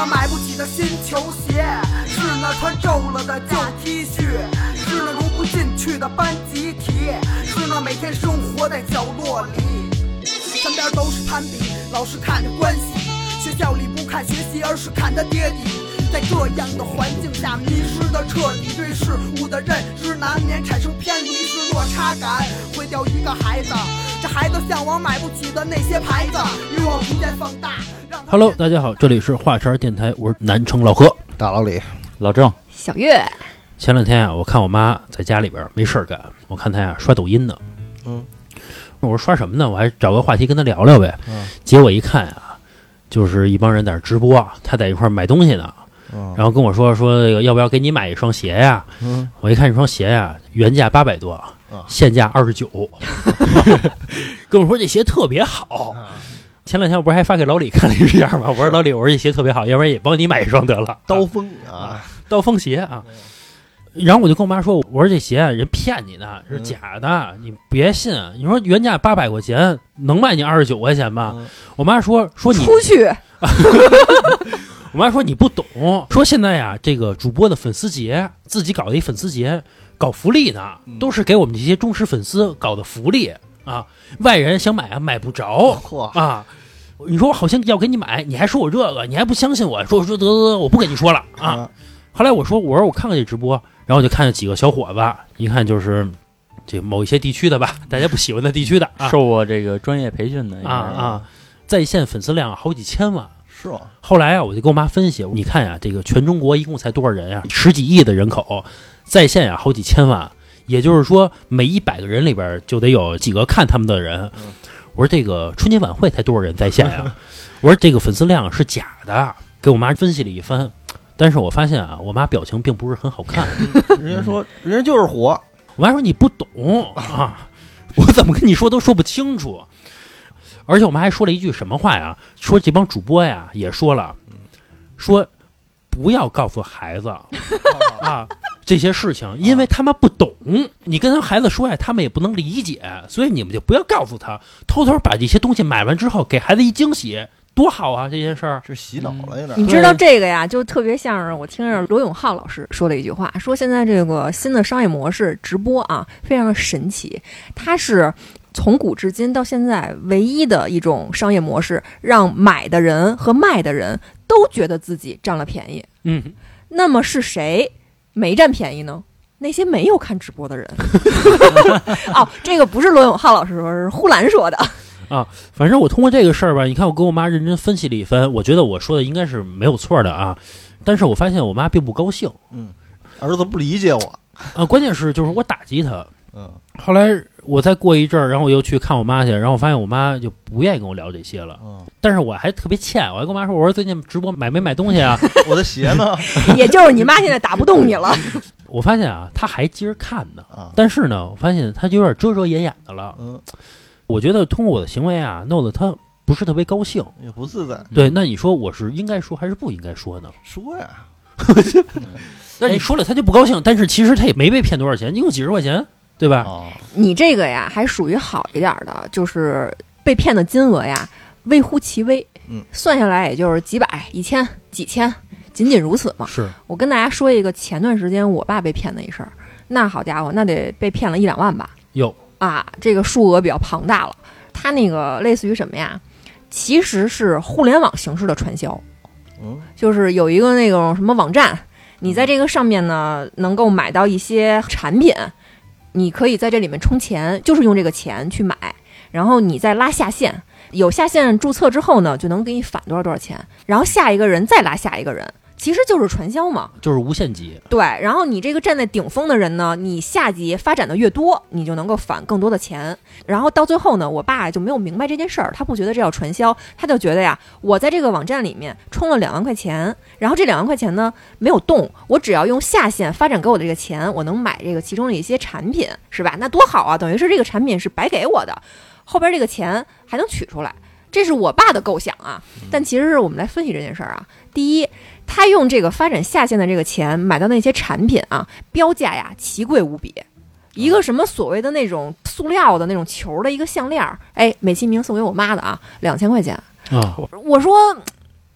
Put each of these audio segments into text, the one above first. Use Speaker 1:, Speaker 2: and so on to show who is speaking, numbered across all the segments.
Speaker 1: 那买不起的新球鞋，是那穿皱了的旧 T 恤，是那融不进去的班集体，是那每天生活在角落里，身边都是攀比，老师看着关系，学校里不看学习，而是看他爹地。在这样的环境下，迷失的彻底，对事物的认知难免产生偏离，是落差感，毁掉一个孩子。这孩子向往买不起的那些牌子，欲望逐渐放大。
Speaker 2: Hello， 大家好，这里是华山电台，我是南城老何，
Speaker 3: 大老李，
Speaker 4: 老郑，
Speaker 5: 小月。
Speaker 2: 前两天啊，我看我妈在家里边没事干，我看她呀刷抖音呢。我说刷什么呢？我还找个话题跟她聊聊呗。结果一看啊，就是一帮人在那直播，她在一块买东西呢。然后跟我说这个要不要给你买一双鞋呀？我一看这双鞋呀，原价800多，现价29，跟我说这鞋特别好。前两天我不是还发给老李看了一下吗？我说老李，我说这鞋特别好，要不然也帮你买一双得了。
Speaker 3: 刀锋啊，
Speaker 2: 刀锋鞋啊。然后我就跟我妈说，我说这鞋啊，人骗你呢，是假的，你别信。你说原价800块钱，能卖你29块钱吗？我妈说你
Speaker 5: 出去。
Speaker 2: 我妈说你不懂，说现在呀，这个主播的粉丝节，自己搞的一粉丝节，搞福利呢，都是给我们这些忠实粉丝搞的福利啊。外人想买啊，买不着啊。你说我好像要给你买，你还说我这个，你还不相信我，说得，我不跟你说了啊。后来我说我看看这直播，然后我就看见几个小伙子，一看就是这某一些地区的吧，大家不喜欢的地区的啊，
Speaker 4: 受过这个专业培训的
Speaker 2: 在线粉丝量好几千万。
Speaker 3: 是吗？
Speaker 2: 后来啊，我就跟我妈分析，你看呀，这个全中国一共才多少人呀？10几亿的人口，在线呀好几千万，也就是说每100个人里边就得有几个看他们的人。我说这个春节晚会才多少人在线呀？我说这个粉丝量是假的，给我妈分析了一番。但是我发现啊，我妈表情并不是很好看。
Speaker 3: 人家说人家就是火，
Speaker 2: 我妈说你不懂啊，我怎么跟你说都说不清楚。而且我们还说了一句什么话呀？说这帮主播呀也说了，说不要告诉孩子啊这些事情，因为他们不懂。你跟他们孩子说呀，他们也不能理解，所以你们就不要告诉他，偷偷把这些东西买完之后，给孩子一惊喜，多好啊！这件事儿
Speaker 3: 是洗脑了有点。
Speaker 5: 你知道这个呀，就特别像是我听着罗永浩老师说的一句话，说现在这个新的商业模式直播啊，非常的神奇，它是从古至今到现在唯一的一种商业模式，让买的人和卖的人都觉得自己占了便宜。那么是谁没占便宜呢？那些没有看直播的人。这个不是罗永浩老师说，是呼兰说的
Speaker 2: 啊。反正我通过这个事儿吧，你看我跟我妈认真分析了一番，我觉得我说的应该是没有错的啊。但是我发现我妈并不高兴。
Speaker 3: 儿子不理解我
Speaker 2: 啊，关键是就是我打击他。后来我再过一阵儿，然后我又去看我妈去，然后我发现我妈就不愿意跟我聊这些了。但是我还特别欠，我还跟我妈说，我说最近直播买没买东西啊？
Speaker 3: 我的鞋呢？
Speaker 5: 也就是你妈现在打不动你了。
Speaker 2: 我发现啊，她还接着看呢，但是呢，我发现她就有点遮遮掩掩的了。我觉得通过我的行为啊，弄得她不是特别高兴，
Speaker 3: 也不自在。
Speaker 2: 对，那你说我是应该说还是不应该说呢？
Speaker 3: 说呀。
Speaker 2: 那你说了她就不高兴，但是其实她也没被骗多少钱，一共几十块钱。对吧？
Speaker 5: 你这个呀还属于好一点的，就是被骗的金额呀微乎其微，算下来也就是几百、1000、几千，仅仅如此嘛。
Speaker 2: 是
Speaker 5: 我跟大家说一个前段时间我爸被骗的一事儿，那好家伙，那得被骗了1-2万吧？这个数额比较庞大了。他那个类似于什么呀？其实是互联网形式的传销，就是有一个那种什么网站，你在这个上面呢能够买到一些产品。你可以在这里面充钱，就是用这个钱去买，然后你再拉下线，有下线注册之后呢，就能给你返多少钱，然后下一个人再拉下一个人，其实就是传销嘛，
Speaker 2: 就是无限级。
Speaker 5: 对，然后你这个站在顶峰的人呢，你下级发展的越多，你就能够返更多的钱。然后到最后呢，我爸就没有明白这件事儿，他不觉得这叫传销，他就觉得呀，我在这个网站里面充了2万块钱，然后这2万块钱呢没有动，我只要用下线发展给我的这个钱，我能买这个其中的一些产品，是吧？那多好啊，等于是这个产品是白给我的，后边这个钱还能取出来。这是我爸的构想啊，但其实是我们来分析这件事儿啊。第一，他用这个发展下线的这个钱买到那些产品啊，标价呀奇贵无比。一个什么所谓的那种塑料的那种球的一个项链，美其名送给我妈的啊，2000块钱啊。我说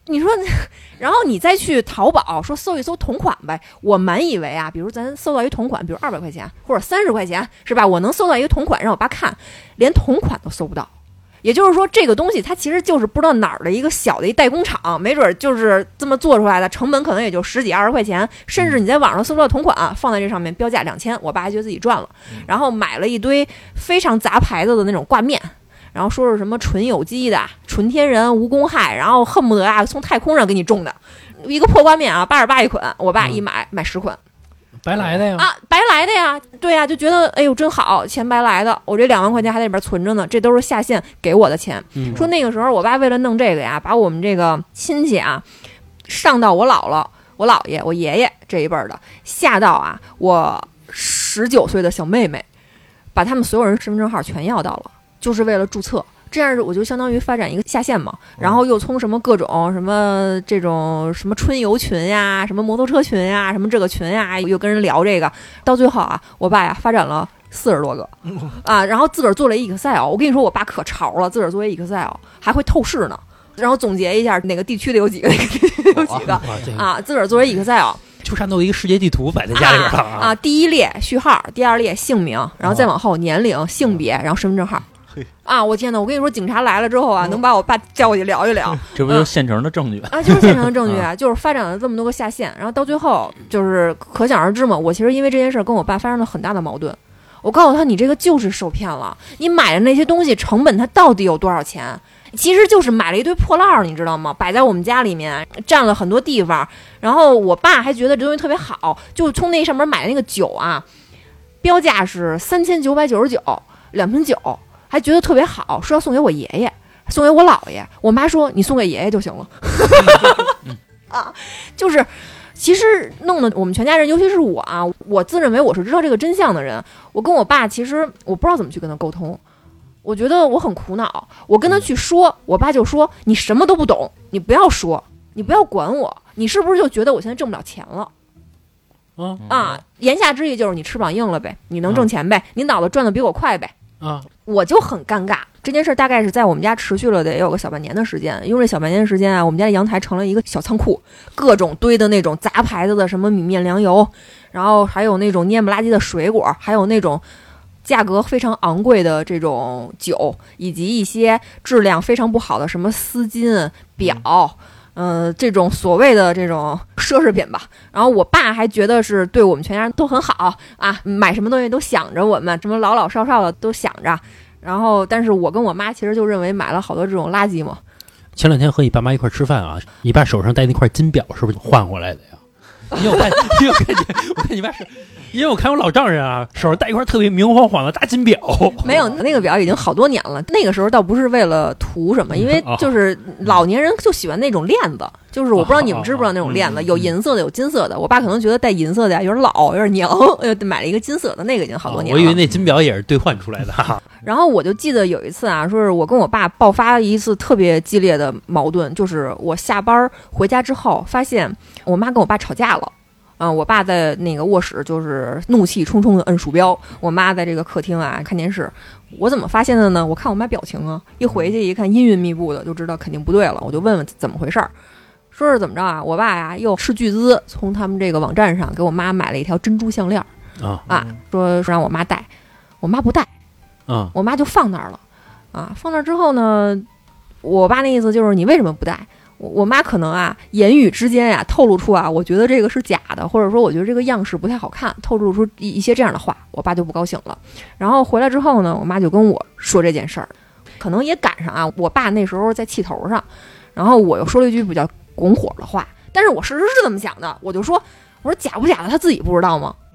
Speaker 5: 你说，然后你再去淘宝说搜一搜同款呗，我满以为啊，比如咱搜到一同款，比如200块钱或者30块钱，是吧？我能搜到一个同款让我爸看，连同款都搜不到。也就是说，这个东西它其实就是不知道哪儿的一个小的一代工厂，没准就是这么做出来的，成本可能也就10几20块钱，甚至你在网上搜不到同款，放在这上面标价2000，我爸还觉得自己赚了，然后买了一堆非常杂牌子的那种挂面。然后说是什么纯有机的、纯天然、无公害，然后恨不得啊从太空上给你种的，一个破挂面啊88一捆，我爸一买10捆，
Speaker 2: 白来的呀
Speaker 5: 啊，白来的呀，对呀，就觉得哎呦真好，钱白来的，我这2万块钱还在里边存着呢，这都是下线给我的钱。说那个时候我爸为了弄这个呀，把我们这个亲戚啊上到我姥姥、我姥爷、我爷爷这一辈的，下到啊我19岁的小妹妹，把他们所有人身份证号全要到了。就是为了注册，这样我就相当于发展一个下线嘛，然后又从什么各种什么这种什么春游群呀，什么摩托车群呀，什么这个群呀，又跟人聊这个，到最后啊，我爸呀发展了40多个啊，然后自个儿做了一 Excel， 我跟你说我爸可潮了，自个儿做一 Excel 还会透视呢，然后总结一下哪个地区的有几个，哪个地区的有几个啊，自个儿作为 Excel。
Speaker 2: 就差弄一个世界地图摆在家里边了
Speaker 5: 啊！第一列序号，第2列姓名，然后再往后年龄、性别，然后身份证号。啊！我天哪！我跟你说，警察来了之后啊，能把我爸叫过去聊一聊，
Speaker 4: 这不就是现成的证据
Speaker 5: 啊？就是现成的证据啊！就是发展了这么多个下线，然后到最后就是可想而知嘛。我其实因为这件事跟我爸发生了很大的矛盾。我告诉他，你这个就是受骗了，你买的那些东西成本它到底有多少钱？其实就是买了一堆破烂，你知道吗？摆在我们家里面，占了很多地方。然后我爸还觉得这东西特别好，就从那上面买的那个酒啊，标价是3999，2瓶酒。还觉得特别好，说要送给我爷爷，送给我姥爷。我妈说你送给爷爷就行了。啊，就是其实弄得我们全家人，尤其是我啊，我自认为我是知道这个真相的人。我跟我爸其实我不知道怎么去跟他沟通，我觉得我很苦恼。我跟他去说，我爸就说你什么都不懂，你不要说，你不要管我，你是不是就觉得我现在挣不了钱了？啊，言下之意就是你翅膀硬了呗，你能挣钱呗，你脑子转得比我快呗。
Speaker 2: 啊，
Speaker 5: 我就很尴尬。这件事大概是在我们家持续了得有个小半年的时间，因为这小半年的时间啊，我们家的阳台成了一个小仓库，各种堆的那种杂牌子的什么米面粮油，然后还有那种蔫不拉几的水果，还有那种价格非常昂贵的这种酒，以及一些质量非常不好的什么丝巾、表。这种所谓的这种奢侈品吧，然后我爸还觉得是对我们全家人都很好啊，买什么东西都想着我们，什么老老少少的都想着。然后，但是我跟我妈其实就认为买了好多这种垃圾嘛。
Speaker 2: 前2天和你爸妈一块吃饭啊，你爸手上戴那块金表是不是换过来的呀？因为我看你爸是，因为我看我老丈人啊，手上戴一块特别明晃晃的大金表。
Speaker 5: 没有，那个表已经好多年了。那个时候倒不是为了图什么，因为就是老年人就喜欢那种链子，就是我不知道你们知不知道那种链子，有银色的，有金色的。我爸可能觉得戴银色的呀有点老，有点娘，买了一个金色的，那个已经好多年了。
Speaker 2: 我以为那金表也是兑换出来的。
Speaker 5: 然后我就记得有一次啊，说是我跟我爸爆发一次特别激烈的矛盾，就是我下班回家之后，发现我妈跟我爸吵架了。我爸在那个卧室就是怒气冲冲的摁鼠标，我妈在这个客厅啊看电视。我怎么发现的呢？我看我妈表情啊，一回去一看阴云密布的，就知道肯定不对了。我就问问怎么回事儿，说是怎么着啊？我爸呀又斥巨资从他们这个网站上给我妈买了一条珍珠项链说让我妈戴，我妈不戴，我妈就放那儿了放那儿之后呢，我爸那意思就是你为什么不戴？我妈可能啊，言语之间呀透露出啊，我觉得这个是假的，或者说我觉得这个样式不太好看，透露出一些这样的话，我爸就不高兴了。然后回来之后呢，我妈就跟我说这件事儿，可能也赶上啊，我爸那时候在气头上，然后我又说了一句比较拱火的话，但是我事实是这么想的，我说假不假的，他自己不知道吗？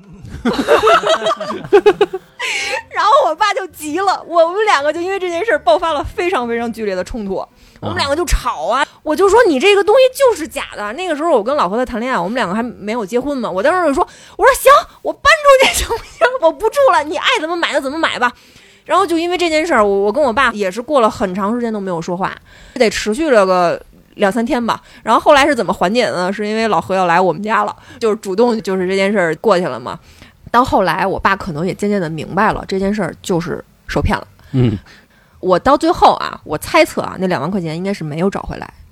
Speaker 5: 然后我爸就急了，我们两个就因为这件事爆发了非常非常剧烈的冲突，我们两个就吵啊，我就说你这个东西就是假的。那个时候我跟老何在谈恋爱，我们两个还没有结婚嘛，我当时就说，我说行，我搬出去行不行？我不住了，你爱怎么买就怎么买吧。然后就因为这件事儿，我跟我爸也是过了很长时间都没有说话，得持续了个2-3天吧。然后后来是怎么缓解的呢？是因为老何要来我们家了，就是主动就是这件事儿过去了嘛。到后来我爸可能也渐渐的明白了这件事儿就是受骗了。我到最后啊，我猜测啊，那2万块钱应该是没有找回来，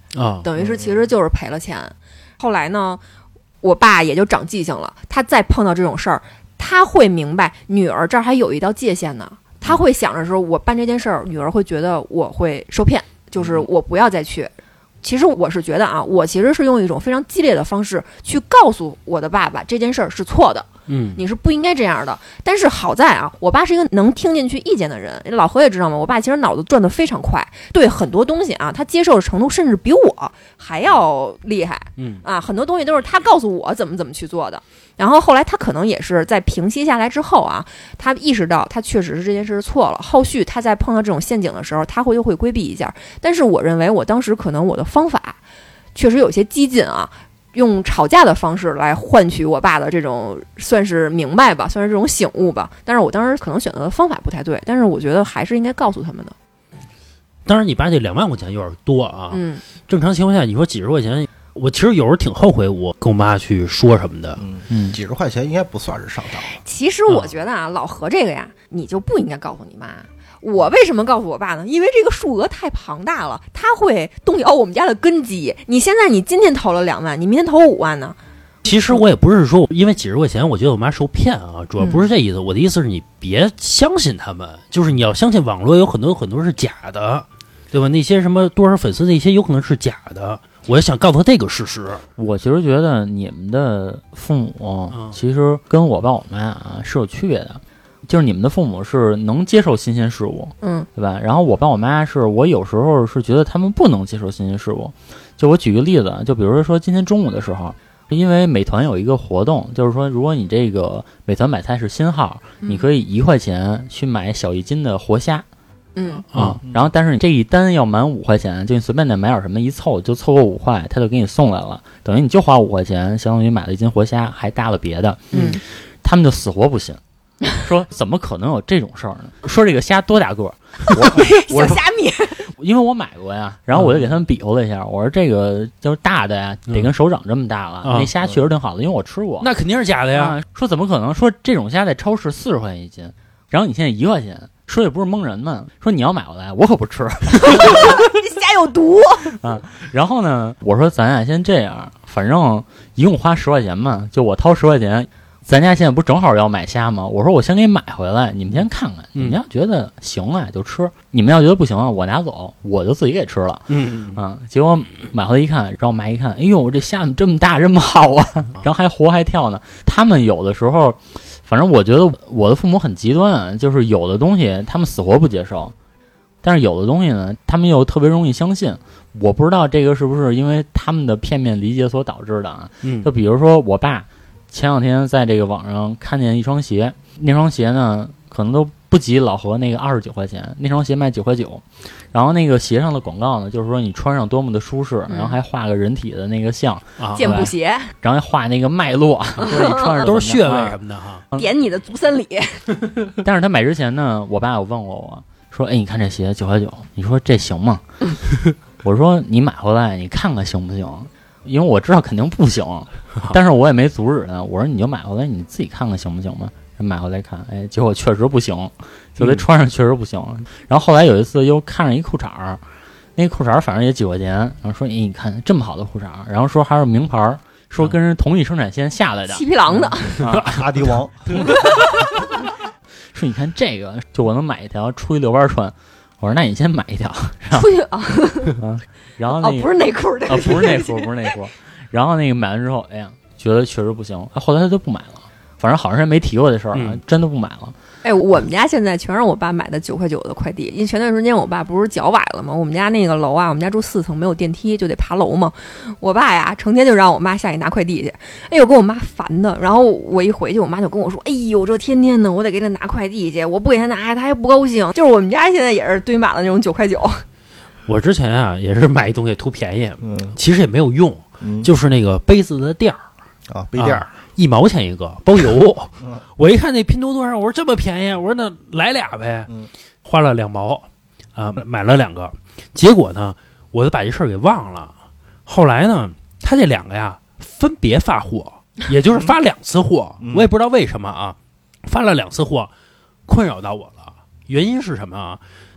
Speaker 2: 啊，
Speaker 5: 等于是其实就是赔了钱。后来呢，我爸也就长记性了，他再碰到这种事儿，他会明白女儿这儿还有一道界限呢。他会想着说，我办这件事儿，女儿会觉得我会受骗，就是我不要再去。其实我是觉得啊，我其实是用一种非常激烈的方式去告诉我的爸爸这件事儿是错的，你是不应该这样的。但是好在啊，我爸是一个能听进去意见的人。老何也知道嘛，我爸其实脑子转得非常快，对很多东西啊，他接受的程度甚至比我还要厉害。很多东西都是他告诉我怎么去做的。然后后来他可能也是在平息下来之后啊，他意识到他确实是这件事错了。后续他在碰到这种陷阱的时候，他又会规避一下。但是我认为我当时可能我的方法确实有些激进啊，用吵架的方式来换取我爸的这种算是明白吧，算是这种醒悟吧。但是我当时可能选择的方法不太对，但是我觉得还是应该告诉他们的。
Speaker 2: 当然，你爸这2万块钱有点多啊。正常情况下，你说几十块钱，我其实有时候挺后悔，我跟我妈去说什么的。
Speaker 3: 几十块钱应该不算是上当。
Speaker 5: 其实我觉得啊，老何这个呀，你就不应该告诉你妈。我为什么告诉我爸呢？因为这个数额太庞大了，它会动摇我们家的根基。你今天投了2万，你明天投5万呢？
Speaker 2: 其实我也不是说因为几十块钱我觉得我妈受骗啊，主要不是这意思。我的意思是你别相信他们，就是你要相信网络有很多是假的，对吧？那些什么多少粉丝那些有可能是假的。我也想告诉他这个事实。
Speaker 4: 我其实觉得你们的父母其实跟我爸我妈啊是有区别的。就是你们的父母是能接受新鲜事物，对吧？然后我爸我妈是我有时候是觉得他们不能接受新鲜事物。就我举个例子，就比如说今天中午的时候，因为美团有一个活动，就是说如果你这个美团买菜是新号，你可以1块钱去买小1斤的活虾。然后但是你这一单要满5块钱，就你随便买点什么一凑就凑够5块，他就给你送来了，等于你就花5块钱，相当于买了1斤活虾，还搭了别的。他们就死活不信。说怎么可能有这种事儿呢？说这个虾多大个儿？
Speaker 5: 小虾米，
Speaker 4: 因为我买过呀，然后我就给他们比划了一下，我说这个就是大的呀，得跟手掌这么大了。那虾确实挺好的，因为我吃过。
Speaker 2: 那肯定是假的呀。
Speaker 4: 说怎么可能？说这种虾在超市40块钱1斤，然后你现在1块钱，说也不是蒙人嘛。说你要买回来，我可不吃。
Speaker 5: 这虾有毒
Speaker 4: 啊！然后呢，我说咱俩先这样，反正一共花10块钱嘛，就我掏10块钱。咱家现在不正好要买虾吗？我说我先给你买回来，你们先看看，你们要觉得行啊就吃，你们要觉得不行啊我拿走，我就自己给吃了。结果买回来一看，然后我妈一看，哎呦这虾怎么这么大这么好啊，然后还活还跳呢。他们有的时候，反正我觉得我的父母很极端，就是有的东西他们死活不接受，但是有的东西呢，他们又特别容易相信。我不知道这个是不是因为他们的片面理解所导致的啊？就比如说我爸。前2天在这个网上看见一双鞋，那双鞋呢可能都不及老何那个29块钱，那双鞋卖9块9，然后那个鞋上的广告呢，就是说你穿上多么的舒适，然后还画个人体的那个像
Speaker 5: 健步鞋，
Speaker 4: 然后还画那个脉络，说你穿上
Speaker 2: 都是穴位什么的哈，
Speaker 5: 点你的足三里。
Speaker 4: 但是他买之前呢，我爸有问过我说，哎，你看这鞋9块9，你说这行吗？我说你买回来你看看行不行？因为我知道肯定不行，但是我也没阻止他。我说你就买回来你自己看看行不行吧。买回来看，哎，结果确实不行，就得穿上确实不行。然后后来有一次又看上一裤衩儿，那裤衩儿反正也几块钱，然后说，哎，你看这么好的裤衩儿，然后说还是名牌，说跟人同一生产线下来的，
Speaker 5: 七匹狼的，
Speaker 3: 阿迪王。
Speaker 4: 说你看这个，就我能买一条出去遛弯穿。我说那你先买一条，
Speaker 5: 出去啊，
Speaker 4: 然后那个
Speaker 5: 不是内裤的，
Speaker 4: 不是内裤，然后那个买完之后，哎呀，觉得确实不行，后来他就不买了，反正好像是没提过这事儿，真的不买了。
Speaker 5: 哎，我们家现在全是我爸买的9块9的快递，因为前段时间我爸不是脚崴了吗？我们家那个楼啊，我们家住4层，没有电梯，就得爬楼嘛。我爸呀，成天就让我妈下去拿快递去，哎呦，给我妈烦的。然后我一回去，我妈就跟我说：“哎呦，这天天的，我得给他拿快递去，我不给他拿，他还不高兴。”就是我们家现在也是堆满了那种9块9。
Speaker 2: 我之前啊也是买一东西图便宜，其实也没有用，就是那个杯子的垫儿
Speaker 3: 啊，杯垫儿。
Speaker 2: 1毛钱一个，包邮。我一看那拼多多上，我说这么便宜，我说那来俩呗，花了2毛啊，买了2个。结果呢，我就把这事儿给忘了。后来呢，他这2个呀分别发货，也就是发2次货，我也不知道为什么啊，发了2次货，困扰到我了。原因是什么啊？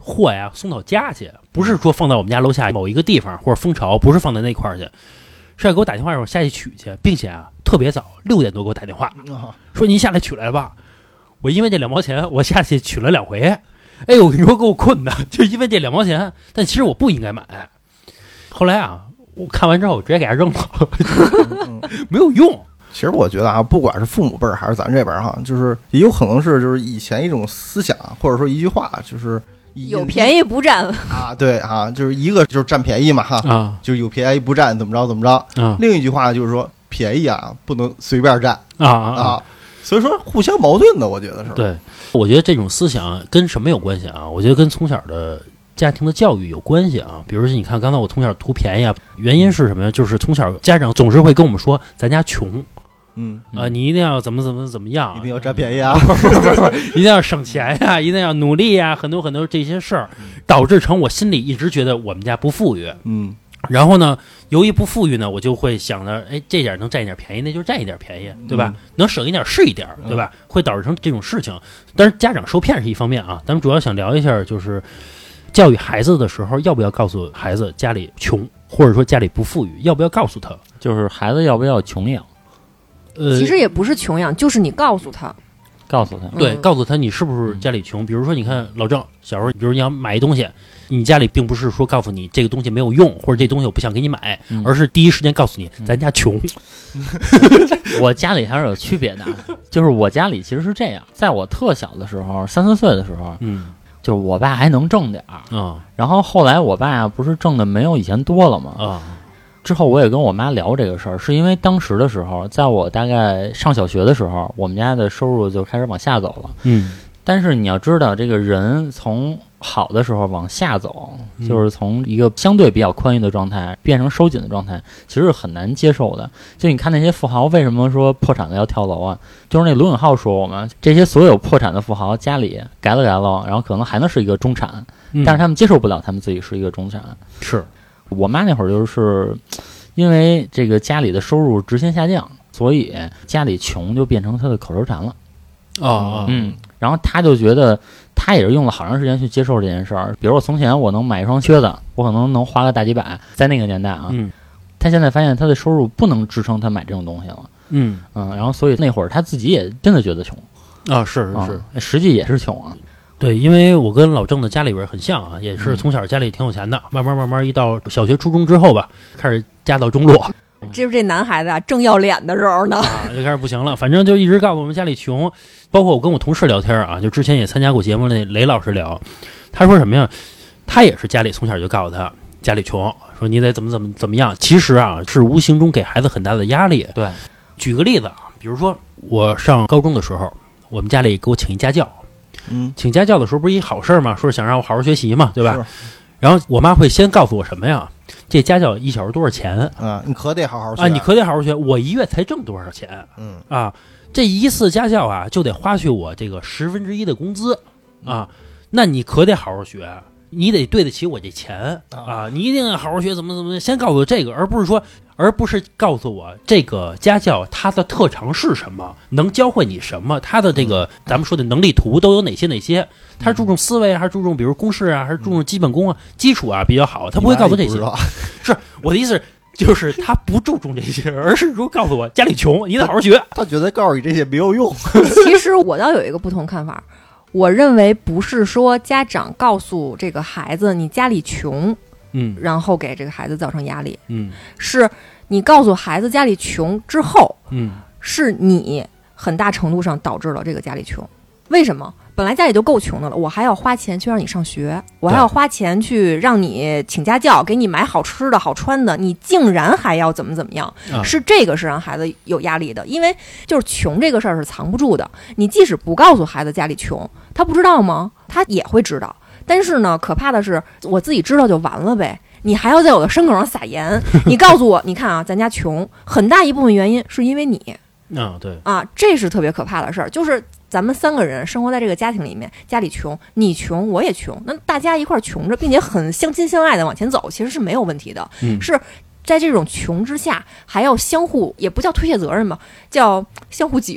Speaker 2: 货呀送到家去，不是说放到我们家楼下某一个地方或者蜂巢，不是放在那块儿去，是要给我打电话让我下去取去，并且啊特别早6点多给我打电话，说您下来取来了吧。我因为这2毛钱，我下去取了2回。哎呦，我跟你说给我困的，就因为这2毛钱，但其实我不应该买。后来啊，我看完之后我直接给它扔了，没有用。
Speaker 3: 其实我觉得啊，不管是父母辈儿还是咱这边哈，就是也有可能是就是以前一种思想，或者说一句话，就是
Speaker 5: 有便宜不占
Speaker 3: 啊，对啊，就是一个就是占便宜嘛哈，
Speaker 2: 啊，
Speaker 3: 就是有便宜不占，怎么着怎么着。
Speaker 2: 啊，
Speaker 3: 另一句话就是说便宜啊不能随便占
Speaker 2: 啊。
Speaker 3: 所以说互相矛盾的，我觉得是。
Speaker 2: 对，我觉得这种思想跟什么有关系啊？我觉得跟从小的家庭的教育有关系啊。比如说，你看刚才我从小图便宜啊，原因是什么呀？就是从小家长总是会跟我们说，咱家穷。你一定要怎么样，
Speaker 3: 一定要占便宜啊，
Speaker 2: 不，一定要省钱呀，一定要努力呀，很多这些事儿，导致成我心里一直觉得我们家不富裕。然后呢，由于不富裕呢，我就会想着，哎，这点能占一点便宜，那就占一点便宜，对吧？能省一点是一点，对吧？会导致成这种事情。但是家长受骗是一方面啊，咱们主要想聊一下，就是教育孩子的时候，要不要告诉孩子家里穷，或者说家里不富裕，要不要告诉他？
Speaker 4: 就是孩子要不要穷养？
Speaker 5: 其实也不是穷养，就是你告诉他，
Speaker 2: 对，告诉他你是不是家里穷。比如说，你看老郑小时候，比如你要买一东西，你家里并不是说告诉你这个东西没有用，或者这东西我不想给你买，而是第一时间告诉你咱家穷。
Speaker 4: 我家里还是有区别的，就是我家里其实是这样，在我特小的时候，3、4岁的时候，就是我爸还能挣点儿然后后来我爸不是挣的没有以前多了吗？之后我也跟我妈聊这个事儿，是因为当时的时候，在我大概上小学的时候，我们家的收入就开始往下走了。但是你要知道，这个人从好的时候往下走，就是从一个相对比较宽裕的状态变成收紧的状态，其实是很难接受的。就你看那些富豪为什么说破产的要跳楼啊？就是那罗永浩说我们这些所有破产的富豪家里改了，然后可能还能是一个中产，但是他们接受不了他们自己是一个中产。
Speaker 2: 是
Speaker 4: 我妈那会儿就是因为这个家里的收入直线下降，所以家里穷就变成她的口头禅了。然后她就觉得她也是用了好长时间去接受这件事儿。比如我从前我能买一双靴子，我可能花个大几百，在那个年代啊，她现在发现她的收入不能支撑她买这种东西了。然后所以那会儿她自己也真的觉得穷
Speaker 2: 是，
Speaker 4: 实际也是穷啊。
Speaker 2: 对，因为我跟老郑的家里边很像啊，也是从小家里挺有钱的，慢慢一到小学初中之后吧，开始家道中落。
Speaker 5: 这男孩子啊，正要脸的时候呢，
Speaker 2: 就开始不行了。反正就一直告诉我们家里穷，包括我跟我同事聊天啊，就之前也参加过节目那雷老师聊，他说什么呀？他也是家里从小就告诉他家里穷，说你得怎么样。其实啊，是无形中给孩子很大的压力。
Speaker 4: 对，
Speaker 2: 举个例子啊，比如说我上高中的时候，我们家里给我请一家教。请家教的时候不是一好事嘛，说想让我好好学习嘛，对吧？然后我妈会先告诉我什么呀？这家教1小时多少钱
Speaker 3: 你可得好好学
Speaker 2: 你可得好好学。我1月才挣多少钱？这一次家教啊，就得花去我这个1/10的工资那你可得好好学，你得对得起我这钱你一定要好好学，怎么先告诉我这个，而不是告诉我这个家教它的特长是什么，能教会你什么，它的这个咱们说的能力图都有哪些，它注重思维还是注重比如公式还是注重基本功基础比较好，他不会告诉这些。是我的意思就是他不注重这些，而是说告诉我家里穷，你得好好学。
Speaker 3: 他觉得告诉你这些没有用。
Speaker 5: 其实我倒有一个不同看法，我认为不是说家长告诉这个孩子你家里穷，然后给这个孩子造成压力，是你告诉孩子家里穷之后，是你很大程度上导致了这个家里穷。为什么？本来家里就够穷的了，我还要花钱去让你上学，我还要花钱去让你请家教，给你买好吃的好穿的，你竟然还要怎么样，是这个是让孩子有压力的。因为就是穷这个事儿是藏不住的，你即使不告诉孩子家里穷，他不知道吗？他也会知道。但是呢，可怕的是我自己知道就完了呗，你还要在我的伤口上撒盐。你告诉我，你看啊，咱家穷，很大一部分原因是因为你
Speaker 2: 对
Speaker 5: 这是特别可怕的事儿。就是咱们3个人生活在这个家庭里面，家里穷，你穷我也穷，那大家一块儿穷着，并且很相亲相爱的往前走，其实是没有问题的。是在这种穷之下，还要相互，也不叫推卸责任吧，叫相互挤兑。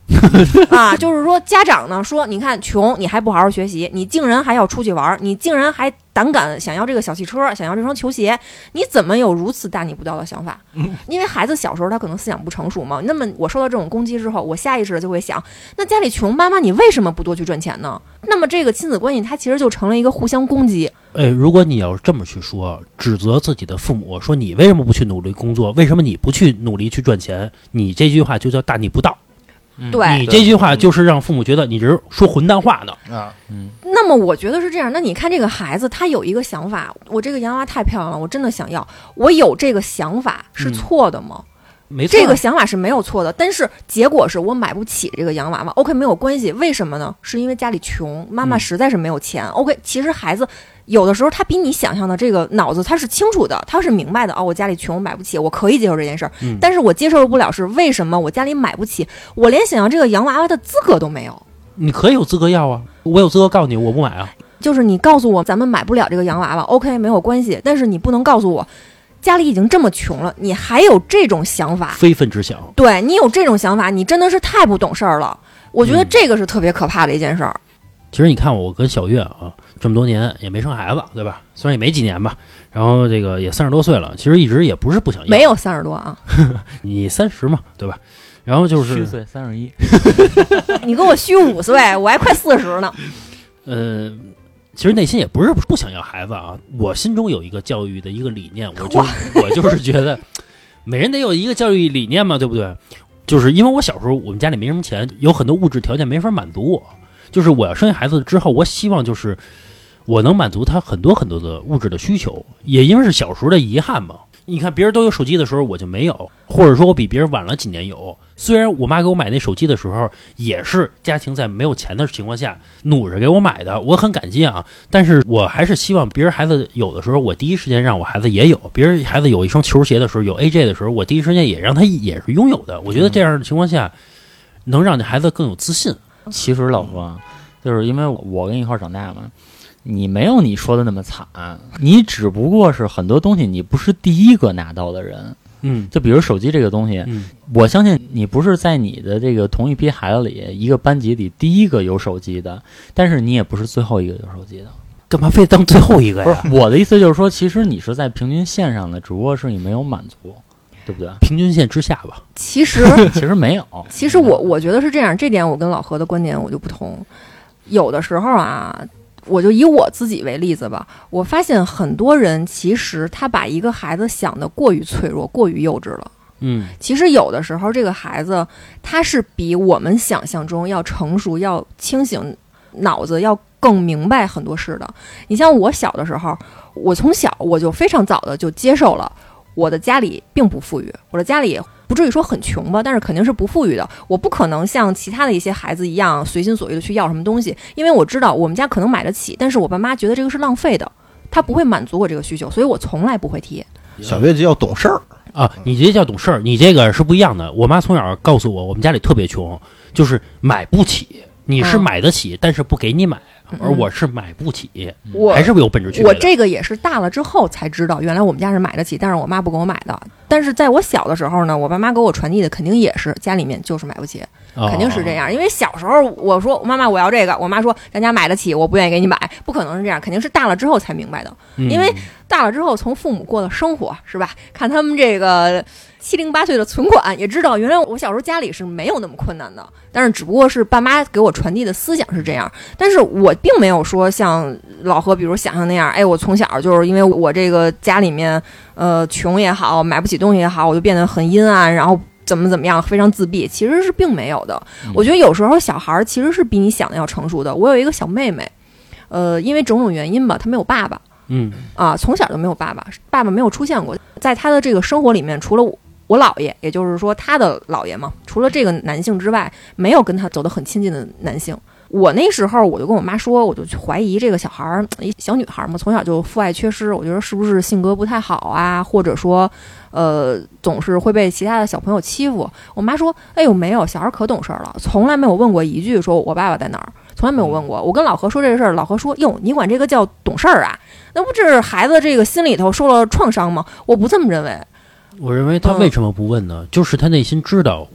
Speaker 5: 啊，就是说家长呢说，你看穷，你还不好好学习，你竟然还要出去玩，你竟然还胆敢想要这个小汽车，想要这双球鞋，你怎么有如此大逆不道的想法？因为孩子小时候他可能思想不成熟嘛。那么我受到这种攻击之后，我下意识的就会想，那家里穷，妈妈你为什么不多去赚钱呢？那么这个亲子关系它其实就成了一个互相攻击。
Speaker 2: 如果你要这么去说，指责自己的父母，说你为什么不去努力工作，为什么你不去努力去赚钱，你这句话就叫大逆不道。
Speaker 5: 对，
Speaker 2: 你这句话就是让父母觉得你这是说混蛋话呢
Speaker 3: 啊。
Speaker 5: 那么我觉得是这样。那你看这个孩子，他有一个想法，我这个洋娃太漂亮了，我真的想要。我有这个想法是错的吗？
Speaker 2: 没错，
Speaker 5: 这个想法是没有错的，但是结果是我买不起这个洋娃娃。OK， 没有关系，为什么呢？是因为家里穷，妈妈实在是没有钱。OK， 其实孩子有的时候他比你想象的这个脑子他是清楚的，他是明白的。哦，我家里穷，我买不起，我可以接受这件事儿。但是我接受不了是为什么我家里买不起，我连想要这个洋娃娃的资格都没有。
Speaker 2: 你可以有资格要啊，我有资格告诉你我不买啊。
Speaker 5: 就是你告诉我咱们买不了这个洋娃娃 ，OK， 没有关系，但是你不能告诉我家里已经这么穷了，你还有这种想法，
Speaker 2: 非分之想。
Speaker 5: 对，你有这种想法，你真的是太不懂事儿了。我觉得这个是特别可怕的一件事儿。
Speaker 2: 其实你看我跟小月啊，这么多年也没生孩子，对吧？虽然也没几年吧，然后这个也30多岁了，其实一直也不是不想要，
Speaker 5: 没有30多啊，
Speaker 2: 你30嘛，对吧？然后就是
Speaker 4: 虚岁31，
Speaker 5: 你跟我虚5岁，我还快40呢。
Speaker 2: 其实内心也不是不想要孩子啊，我心中有一个教育的一个理念，我就是觉得每人得有一个教育理念嘛，对不对？就是因为我小时候我们家里没什么钱，有很多物质条件没法满足我，就是我要生下孩子之后，我希望就是我能满足他很多很多的物质的需求，也因为是小时候的遗憾嘛。你看别人都有手机的时候我就没有，或者说我比别人晚了几年有。虽然我妈给我买那手机的时候也是家庭在没有钱的情况下努着给我买的，我很感激啊，但是我还是希望别人孩子有的时候我第一时间让我孩子也有，别人孩子有一双球鞋的时候有 AJ 的时候我第一时间也让他也是拥有的。我觉得这样的情况下能让这孩子更有自信。
Speaker 4: 其实老婆就是因为我跟你一块长大嘛，你没有你说的那么惨，你只不过是很多东西你不是第一个拿到的人。就比如手机这个东西，我相信你不是在你的这个同一批孩子里一个班级里第一个有手机的，但是你也不是最后一个有手机的。
Speaker 2: 干嘛非当最后一个呀？
Speaker 4: 不是，我的意思就是说，其实你是在平均线上的，只不过是你没有满足，对不对？
Speaker 2: 平均线之下吧。
Speaker 5: 其实
Speaker 4: 没有。
Speaker 5: 其实我觉得是这样，这点我跟老何的观点我就不同。有的时候啊，我就以我自己为例子吧，我发现很多人其实他把一个孩子想得过于脆弱，过于幼稚了。其实有的时候这个孩子他是比我们想象中要成熟，要清醒，脑子要更明白很多事的。你像我小的时候，我从小我就非常早的就接受了我的家里并不富裕，我的家里不至于说很穷吧，但是肯定是不富裕的。我不可能像其他的一些孩子一样随心所欲的去要什么东西，因为我知道我们家可能买得起，但是我爸妈觉得这个是浪费的，他不会满足我这个需求，所以我从来不会提。
Speaker 3: 小月就要懂事儿
Speaker 2: 啊，你这叫懂事儿，你这个是不一样的。我妈从小告诉我，我们家里特别穷，就是买不起，你是买得起，但是不给你买。而我是买不起，还是有本质区别的。
Speaker 5: 我这个也是大了之后才知道，原来我们家是买得起，但是我妈不给我买的。但是在我小的时候呢，我爸妈给我传递的肯定也是家里面就是买不起，肯定是这样。因为小时候我说妈妈我要这个，我妈说咱家买得起，我不愿意给你买，不可能是这样，肯定是大了之后才明白的。因为大了之后从父母过的生活是吧，看他们这个70、8岁的存款，也知道原来我小时候家里是没有那么困难的，但是只不过是爸妈给我传递的思想是这样。但是我并没有说像老何比如想象那样，哎，我从小就是因为我这个家里面穷也好，买不起东西也好，我就变得很阴暗，然后怎么样非常自闭，其实是并没有的。我觉得有时候小孩其实是比你想的要成熟的。我有一个小妹妹，因为种种原因吧，她没有爸爸，从小就没有爸爸，爸爸没有出现过，在她的这个生活里面，除了我姥爷，也就是说他的姥爷嘛，除了这个男性之外，没有跟他走得很亲近的男性。我那时候我就跟我妈说，我就去怀疑这个小孩儿，小女孩嘛，从小就父爱缺失，我觉得是不是性格不太好啊，或者说总是会被其他的小朋友欺负。我妈说，哎呦没有，小孩可懂事了，从来没有问过一句说我爸爸在哪儿，从来没有问过。我跟老何说这个事儿，老何说，哟，你管这个叫懂事儿啊？那不是孩子这个心里头受了创伤吗？我不这么认为。
Speaker 2: 我认为他为什么不问呢？就是他内心知道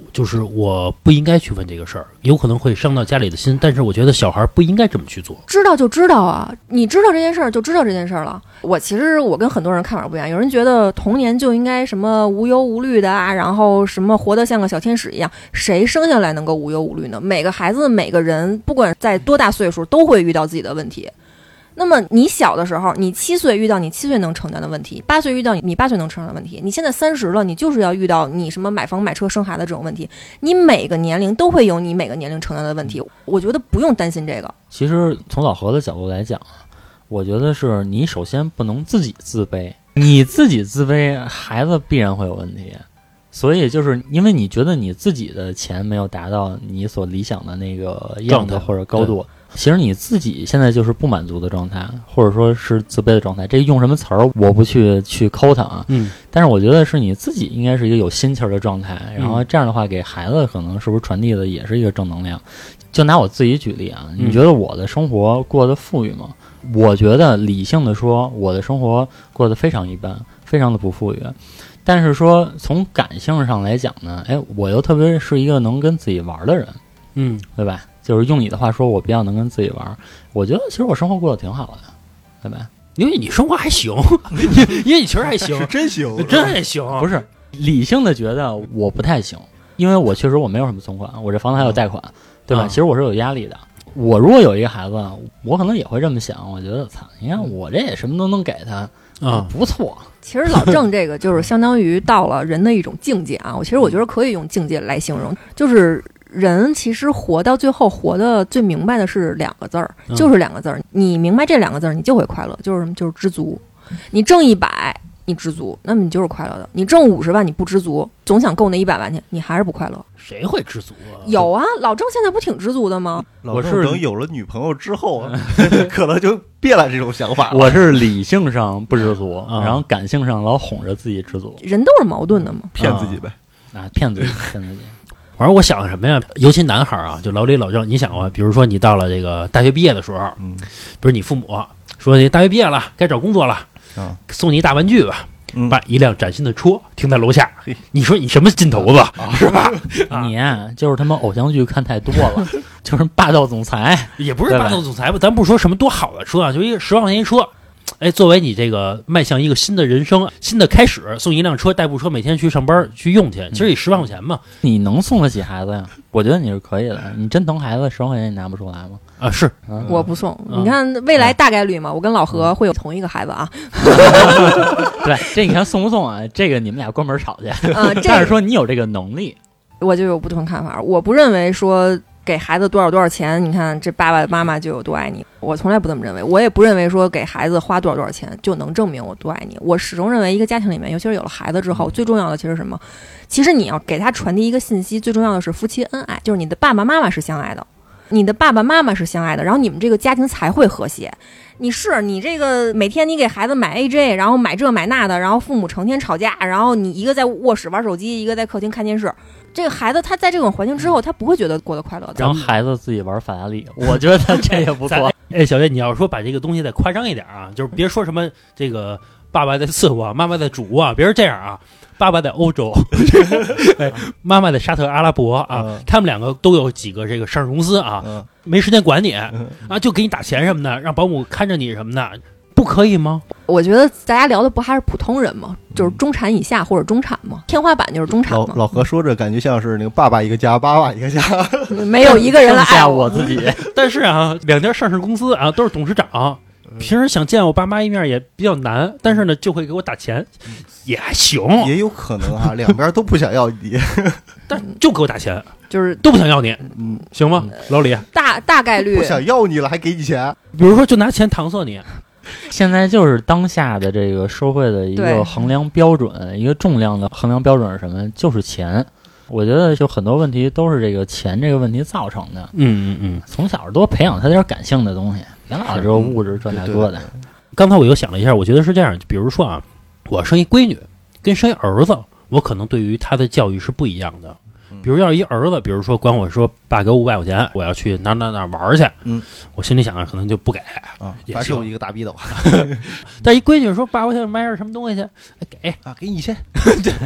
Speaker 2: 就是我不应该去问这个事儿，有可能会伤到家里的心，但是我觉得小孩不应该这么去做。
Speaker 5: 知道就知道啊，你知道这件事儿就知道这件事儿了。其实我跟很多人看法不一样，有人觉得童年就应该什么无忧无虑的啊，然后什么活得像个小天使一样，谁生下来能够无忧无虑呢？每个孩子每个人不管在多大岁数都会遇到自己的问题。那么你小的时候，你7岁遇到你7岁能承担的问题，8岁遇到你8岁能承担的问题，你现在30了，你就是要遇到你什么买房买车生孩子这种问题，你每个年龄都会有你每个年龄承担的问题，我觉得不用担心这个。
Speaker 4: 其实从老何的角度来讲，我觉得是你首先不能自己自卑，你自己自卑，孩子必然会有问题。所以就是因为你觉得你自己的钱没有达到你所理想的那个样子或者高度，其实你自己现在就是不满足的状态，或者说是自卑的状态。这用什么词儿我不去抠它啊，但是我觉得是你自己应该是一个有心气儿的状态，然后这样的话给孩子可能是不是传递的也是一个正能量。就拿我自己举例啊，你觉得我的生活过得富裕吗？我觉得理性的说，我的生活过得非常一般，非常的不富裕。但是说从感性上来讲呢，我又特别是一个能跟自己玩的人，对吧？就是用你的话说，我比较能跟自己玩。我觉得其实我生活过得挺好的，对吧？
Speaker 2: 因为你生活还行，因为你其实还行，
Speaker 3: 是真行，
Speaker 2: 真还行。
Speaker 4: 不是理性的觉得我不太行，因为我确实我没有什么存款，我这房子还有贷款，对吧？其实我是有压力的。我如果有一个孩子，我可能也会这么想。我觉得，操，你看我这也什么都能给他啊，不错。
Speaker 5: 其实老郑这个就是相当于到了人的一种境界啊。其实我觉得可以用境界来形容，就是人其实活到最后活的最明白的是2个字儿，就是2个字儿。你明白这2个字儿，你就会快乐，就是什么？就是知足。你挣100。你知足，那么你就是快乐的。你挣50万，你不知足，总想够那100万去，你还是不快乐。
Speaker 2: 谁会知足啊？
Speaker 5: 有啊，老郑现在不挺知足的吗？
Speaker 3: 老郑等有了女朋友之后啊，可能就变了这种想法了。
Speaker 4: 我是理性上不知足，然后感性上老哄着自己知足。
Speaker 5: 人都是矛盾的嘛，
Speaker 3: 骗自己呗。
Speaker 4: 骗自己，骗自己。
Speaker 2: 反正我想什么呀？尤其男孩啊，就老李老郑，你想啊，比如说你到了这个大学毕业的时候，比如你父母说你大学毕业了，该找工作了。送你一大玩具吧，把一辆崭新的车停在楼下。你说你什么劲头子是吧？
Speaker 4: 你就是他妈偶像剧看太多了，就是霸道总裁，
Speaker 2: 也不是霸道总裁吧？咱不说什么多好的车啊，就一个10万块钱一车。作为你这个迈向一个新的人生、新的开始，送一辆车、代步车，每天去上班去用去，其实也10万块钱嘛。
Speaker 4: 你能送得起孩子呀？我觉得你是可以的。你真疼孩子，10万块钱你拿不出来吗？
Speaker 2: 是，
Speaker 5: 我不送。你看未来大概率嘛，我跟老何会有同一个孩子啊。
Speaker 4: 对，这你看送不送啊？这个你们俩关门吵去。但是说你有这个能力，
Speaker 5: 我就有不同看法。我不认为说给孩子多少钱，你看这爸爸妈妈就有多爱你，我从来不这么认为。我也不认为说给孩子花多少钱就能证明我多爱你。我始终认为一个家庭里面，尤其是有了孩子之后，最重要的其实是什么？其实你要给他传递一个信息，最重要的是夫妻恩爱，就是你的爸爸妈妈是相爱的，你的爸爸妈妈是相爱的，然后你们这个家庭才会和谐。你这个每天你给孩子买 AJ， 然后买这买那的，然后父母成天吵架，然后你一个在卧室玩手机，一个在客厅看电视，这个孩子他在这种环境之后，他不会觉得过得快乐的。
Speaker 4: 让孩子自己玩法拉利，我觉得这也不错。
Speaker 2: 小月，你要说把这个东西再夸张一点啊，就是别说什么这个爸爸在伺候啊，妈妈在煮啊，别是这样啊。爸爸在欧洲，妈妈在沙特阿拉伯啊，他们2个都有几个这个上市公司啊，没时间管你啊，就给你打钱什么的，让保姆看着你什么的，不可以吗？
Speaker 5: 我觉得大家聊的不还是普通人吗？就是中产以下或者中产嘛，天花板就是中产嘛。
Speaker 3: 老何说这感觉像是那个爸爸一个家，爸爸一个家，
Speaker 5: 没有一个人来爱
Speaker 4: 我自己。
Speaker 2: 但是啊，2家上市公司啊都是董事长。平时想见我爸妈一面也比较难，但是呢就会给我打钱，也还行。
Speaker 3: 也有可能啊，两边都不想要你，
Speaker 2: 但就给我打钱，
Speaker 5: 就是
Speaker 2: 都不想要你，行吗？老李，
Speaker 5: 大概率
Speaker 3: 不想要你了还给你钱，
Speaker 2: 比如说就拿钱搪塞你。
Speaker 4: 现在就是当下的这个社会的一个衡量标准，一个重量的衡量标准是什么？就是钱。我觉得就很多问题都是这个钱这个问题造成的。从小多培养他点感性的东西，别老这物质这那个的。
Speaker 2: 刚才我又想了一下，我觉得是这样，比如说啊，我生一闺女跟生一儿子，我可能对于他的教育是不一样的。比如要一儿子，比如说管我说爸给我500块钱，我要去哪玩去，我心里想可能就不给啊，
Speaker 3: 也是有一个大逼斗。
Speaker 2: 但一闺女说爸，我想买点什么东西去，给
Speaker 3: 啊，给你钱。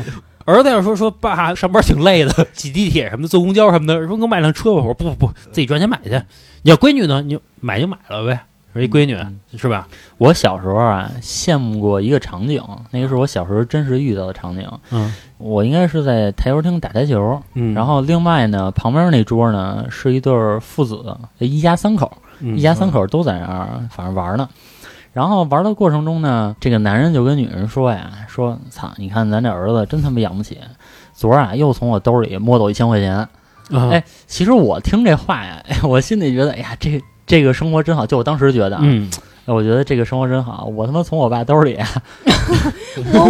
Speaker 2: 儿子要说爸上班挺累的，挤地铁什么的，坐公交什么的，说给我买辆车吧。我说不，自己赚钱买去。你要闺女呢，你买就买了呗。说一闺女是吧？
Speaker 4: 我小时候啊，羡慕过一个场景，那个是我小时候真实遇到的场景。我应该是在台球厅打台球，然后另外呢，旁边那桌呢是一对父子，一家三口，一家三口都在那儿，反正玩呢。然后玩的过程中呢，这个男人就跟女人说呀，说操，你看咱这儿子真他妈养不起，昨儿啊又从我兜里摸走1000块钱。哎，其实我听这话呀，我心里觉得，哎呀，这个生活真好。就我当时觉得啊，我觉得这个生活真好。我他妈从我爸兜里
Speaker 5: 摸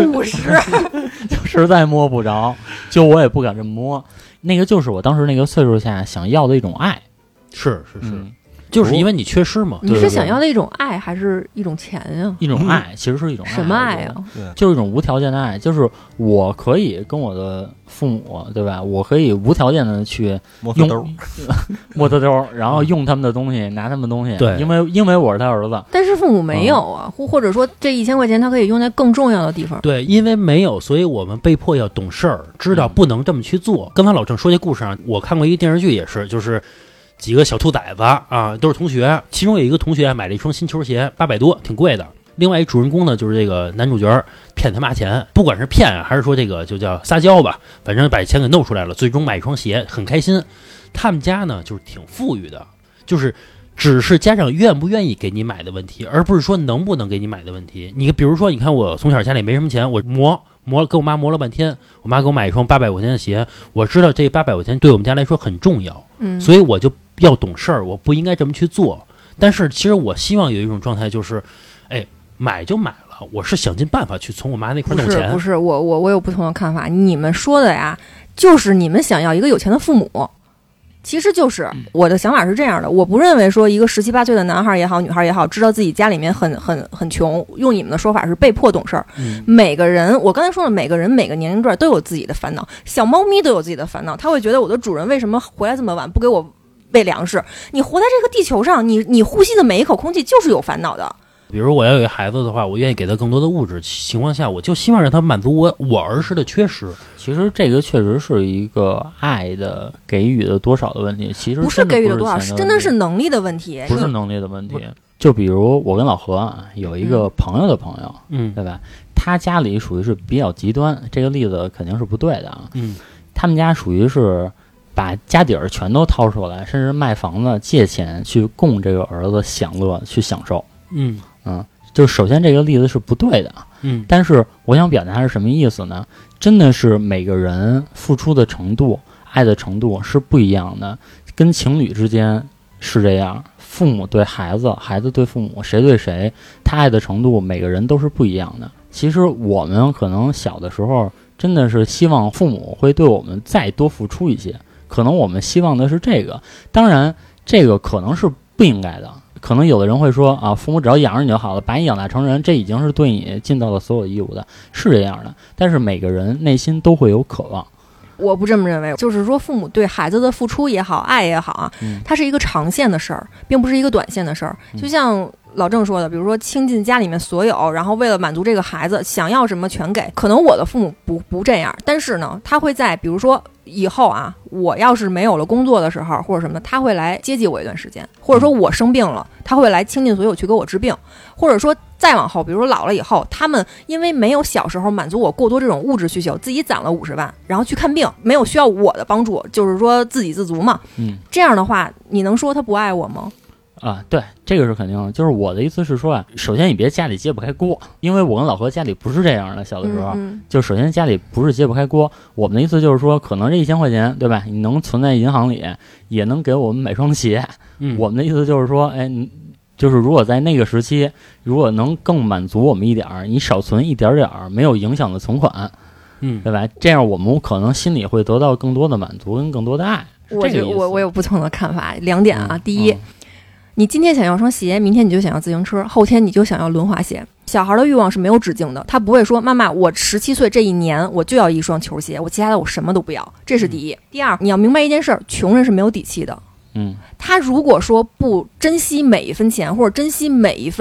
Speaker 5: 50，
Speaker 4: 就实在摸不着，就我也不敢这么摸。那个就是我当时那个岁数下想要的一种爱。
Speaker 2: 是。就是因为你缺失嘛。
Speaker 5: 你是想要的一种爱，还是一种钱呀？
Speaker 4: 一种爱，其实是一种爱。
Speaker 5: 什么爱呀？
Speaker 4: 就是一种无条件的爱，就是我可以跟我的父母，对吧？我可以无条件的去摸他兜，然后用他们的东西，拿他们的东西。
Speaker 2: 对，
Speaker 4: 因为我是他儿子。
Speaker 5: 但是父母没有啊，或者说这1000块钱他可以用在更重要的地方。
Speaker 2: 对，因为没有，所以我们被迫要懂事儿，知道不能这么去做。刚才老郑说这故事啊，我看过一个电视剧，也是，就是几个小兔崽子啊，都是同学，其中有一个同学买了一双新球鞋，800多，挺贵的。另外一主人公呢，就是这个男主角骗他妈钱，不管是骗啊，还是说这个就叫撒娇吧，反正把钱给弄出来了，最终买一双鞋，很开心。他们家呢就是挺富裕的，就是只是家长愿不愿意给你买的问题，而不是说能不能给你买的问题。你比如说，你看我从小家里没什么钱，我跟我妈磨了半天，我妈给我买一双800块钱的鞋，我知道这800块钱对我们家来说很重要，所以我就要懂事儿，我不应该这么去做。但是其实我希望有一种状态，就是买就买了，我是想尽办法去从我妈那块弄钱。
Speaker 5: 不是，我有不同的看法。你们说的呀，就是你们想要一个有钱的父母。其实就是我的想法是这样的，我不认为说一个17、18岁的男孩也好，女孩也好，知道自己家里面很穷，用你们的说法是被迫懂事儿。每个人，我刚才说了，每个人每个年龄段都有自己的烦恼，小猫咪都有自己的烦恼，他会觉得我的主人为什么回来这么晚，不给我喂粮食？你活在这个地球上，你呼吸的每一口空气就是有烦恼的。
Speaker 2: 比如我要有一个孩子的话，我愿意给他更多的物质情况下，我就希望让他满足我儿时的缺失。
Speaker 4: 其实这个确实是一个爱的给予的多少的问题，其实
Speaker 5: 不是给予的多少，真的是能力的问题。
Speaker 4: 不是能力的问题。就比如我跟老何啊，有一个朋友的朋友，对吧？他家里属于是比较极端，这个例子肯定是不对的啊。他们家属于是把家底儿全都掏出来，甚至卖房子借钱去供这个儿子享乐去享受。就首先这个例子是不对的。但是我想表达是什么意思呢？真的是每个人付出的程度、爱的程度是不一样的，跟情侣之间是这样，父母对孩子，孩子对父母，谁对谁，他爱的程度每个人都是不一样的。其实我们可能小的时候真的是希望父母会对我们再多付出一些，可能我们希望的是这个，当然这个可能是不应该的。可能有的人会说啊，父母只要养着你就好了，把你养大成人，这已经是对你尽到了所有义务的，是这样的。但是每个人内心都会有渴望。
Speaker 5: 我不这么认为，就是说父母对孩子的付出也好，爱也好啊，它是一个长线的事儿，并不是一个短线的事儿。就像老郑说的，比如说倾尽家里面所有，然后为了满足这个孩子想要什么全给。可能我的父母不这样，但是呢，他会在比如说以后啊，我要是没有了工作的时候或者什么的，他会来接济我一段时间，或者说我生病了，他会来倾尽所有去给我治病，或者说再往后，比如说老了以后，他们因为没有小时候满足我过多这种物质需求，自己攒了50万，然后去看病，没有需要我的帮助，就是说自给自足嘛。这样的话，你能说他不爱我吗？
Speaker 4: 啊，对，这个是肯定的。就是我的意思是说啊，首先你别家里揭不开锅，因为我跟老何家里不是这样的。小的时候，就首先家里不是揭不开锅。我们的意思就是说，可能这1000块钱，对吧？你能存在银行里，也能给我们买双鞋。我们的意思就是说，哎，就是如果在那个时期，如果能更满足我们一点儿，你少存一点点儿没有影响的存款，对吧？这样我们可能心里会得到更多的满足跟更多的爱。
Speaker 5: 我有不同的看法，2点啊。第一，你今天想要双鞋，明天你就想要自行车，后天你就想要轮滑鞋。小孩的欲望是没有止境的，他不会说妈妈，我17岁这一年我就要一双球鞋，我其他的我什么都不要。这是第一。第二，你要明白一件事儿，穷人是没有底气的。他如果说不珍惜每一分钱，或者珍惜每一分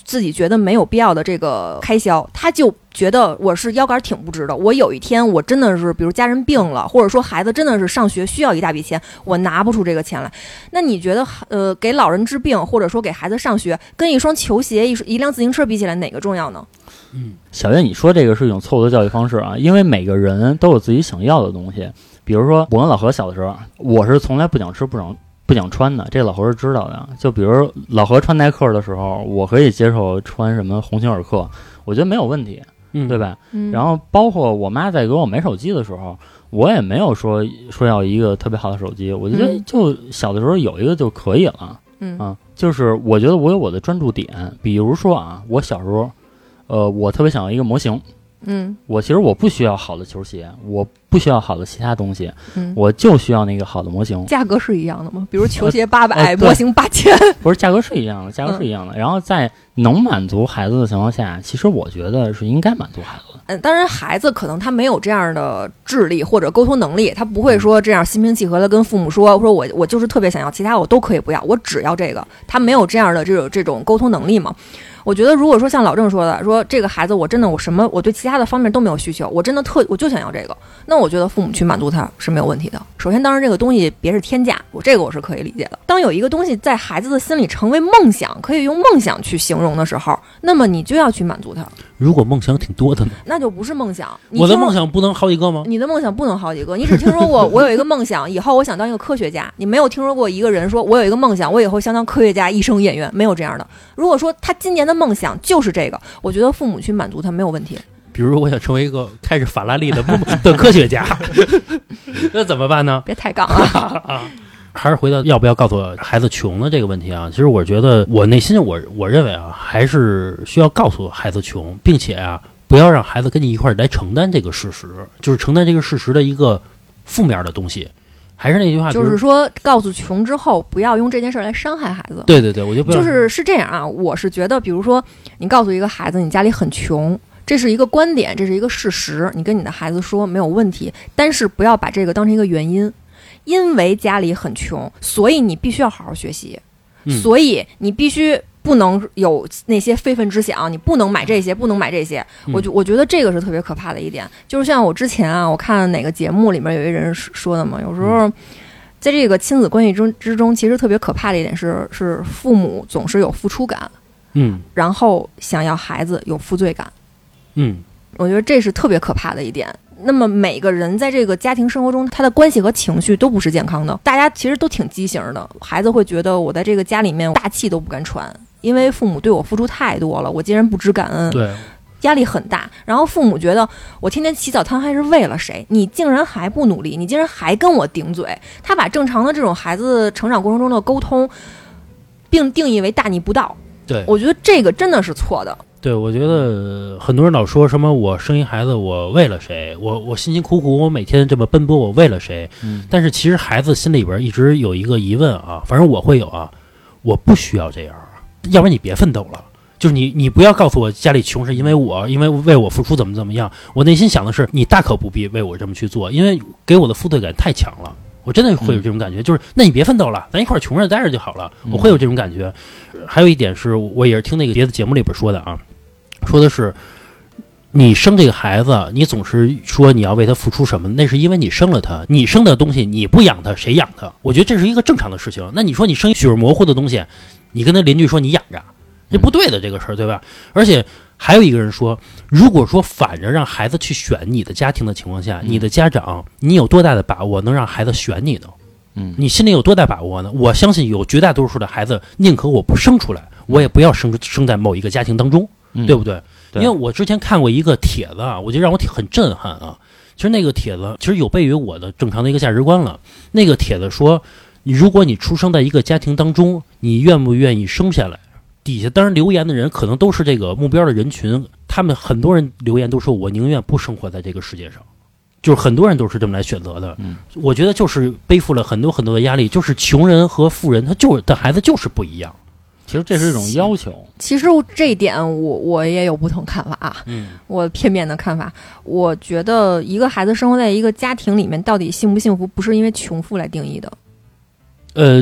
Speaker 5: 自己觉得没有必要的这个开销，他就觉得我是腰杆挺不直的。我有一天我真的是，比如家人病了，或者说孩子真的是上学需要一大笔钱，我拿不出这个钱来。那你觉得给老人治病，或者说给孩子上学，跟一双球鞋、一辆自行车比起来，哪个重要呢？
Speaker 4: 小月，你说这个是一种错误的教育方式啊，因为每个人都有自己想要的东西。比如说，我跟老何小的时候，我是从来不想吃、不想穿的，这老何是知道的。就比如老何穿耐克的时候，我可以接受穿什么鸿星尔克，我觉得没有问题，对吧？然后包括我妈在给我买手机的时候，我也没有说要一个特别好的手机，我觉得就小的时候有一个就可以了。就是我觉得我有我的专注点，比如说啊，我小时候，我特别想要一个模型。其实我不需要好的球鞋，我不需要好的其他东西，我就需要那个好的模型。
Speaker 5: 价格是一样的吗？比如球鞋800，模型8000。
Speaker 4: 不是，价格是一样的，价格是一样的。然后在能满足孩子的情况下，其实我觉得是应该满足孩子的。
Speaker 5: 当然孩子可能他没有这样的智力或者沟通能力，他不会说这样心平气和的跟父母说我就是特别想要，其他我都可以不要，我只要这个。他没有这样的这种沟通能力嘛。我觉得如果说像老郑说的，说这个孩子我真的我对其他的方面都没有需求，我真的我就想要这个，那我觉得父母去满足他是没有问题的。首先当然这个东西别是天价，我是可以理解的。当有一个东西在孩子的心里成为梦想，可以用梦想去形容的时候，那么你就要去满足他。
Speaker 2: 如果梦想挺多的呢？
Speaker 5: 那就不是梦想。
Speaker 2: 我的梦想不能好几个吗？
Speaker 5: 你的梦想不能好几个，你只听说过我有一个梦想，以后我想当一个科学家，你没有听说过一个人说我有一个梦想，我以后想当科学家、医生、演员，没有这样的。如果说他今年的梦想就是这个，我觉得父母去满足他没有问题。
Speaker 2: 比如我想成为一个开着法拉利的科学家，那怎么办呢？
Speaker 5: 别抬杠啊！
Speaker 2: 还是回到要不要告诉孩子穷的这个问题啊，其实我觉得我内心我认为啊，还是需要告诉孩子穷，并且啊，不要让孩子跟你一块儿来承担这个事实，就是承担这个事实的一个负面的东西。还是那句话，
Speaker 5: 就是说告诉穷之后，不要用这件事来伤害孩子。
Speaker 2: 对对对，我就不要
Speaker 5: 是这样啊。我是觉得，比如说你告诉一个孩子你家里很穷，这是一个观点，这是一个事实，你跟你的孩子说没有问题，但是不要把这个当成一个原因。因为家里很穷，所以你必须要好好学习，所以你必须不能有那些非分之想，你不能买这些，不能买这些。我觉得这个是特别可怕的一点。就是像我之前啊，我看哪个节目里面有一人说的嘛，有时候在这个亲子关系之中，其实特别可怕的一点是父母总是有付出感，然后想要孩子有负罪感，我觉得这是特别可怕的一点。那么每个人在这个家庭生活中，他的关系和情绪都不是健康的，大家其实都挺畸形的。孩子会觉得我在这个家里面大气都不敢喘，因为父母对我付出太多了，我竟然不知感恩，
Speaker 2: 对，
Speaker 5: 压力很大。然后父母觉得我天天起早贪黑是为了谁？你竟然还不努力，你竟然还跟我顶嘴。他把正常的这种孩子成长过程中的沟通并定义为大逆不道。
Speaker 2: 对，
Speaker 5: 我觉得这个真的是错的。
Speaker 2: 对，我觉得很多人老说什么我生一孩子我为了谁，我辛辛苦苦我每天这么奔波我为了谁，但是其实孩子心里边一直有一个疑问啊，反正我会有啊，我不需要这样，要不然你别奋斗了，就是你不要告诉我家里穷是因为为我付出怎么样，我内心想的是你大可不必为我这么去做，因为给我的负罪感太强了，我真的会有这种感觉，就是那你别奋斗了，咱一块儿穷着待着就好了，我会有这种感觉。还有一点是我也是听那个别的节目里边说的啊，说的是你生这个孩子，你总是说你要为他付出什么，那是因为你生了他，你生的东西你不养他谁养他？我觉得这是一个正常的事情。那你说你生血肉模糊的东西，你跟他邻居说你养着，这不对的这个事儿，对吧？而且还有一个人说，如果说反着让孩子去选你的家庭的情况下，你的家长你有多大的把握能让孩子选你呢？你心里有多大把握呢？我相信有绝大多数的孩子宁可我不生出来，我也不要生在某一个家庭当中，对不对？因为我之前看过一个帖子啊，我觉得让我很震撼啊。其实那个帖子其实有悖于我的正常的一个价值观了。那个帖子说，如果你出生在一个家庭当中，你愿不愿意生下来？底下当然留言的人可能都是这个目标的人群，他们很多人留言都说我宁愿不生活在这个世界上，就是很多人都是这么来选择的。我觉得就是背负了很多很多的压力，就是穷人和富人他的孩子就是不一样。
Speaker 4: 其实这是一种要求。
Speaker 5: 其实这一点我也有不同看法啊，我片面的看法。我觉得一个孩子生活在一个家庭里面，到底幸不幸福，不是因为穷富来定义的。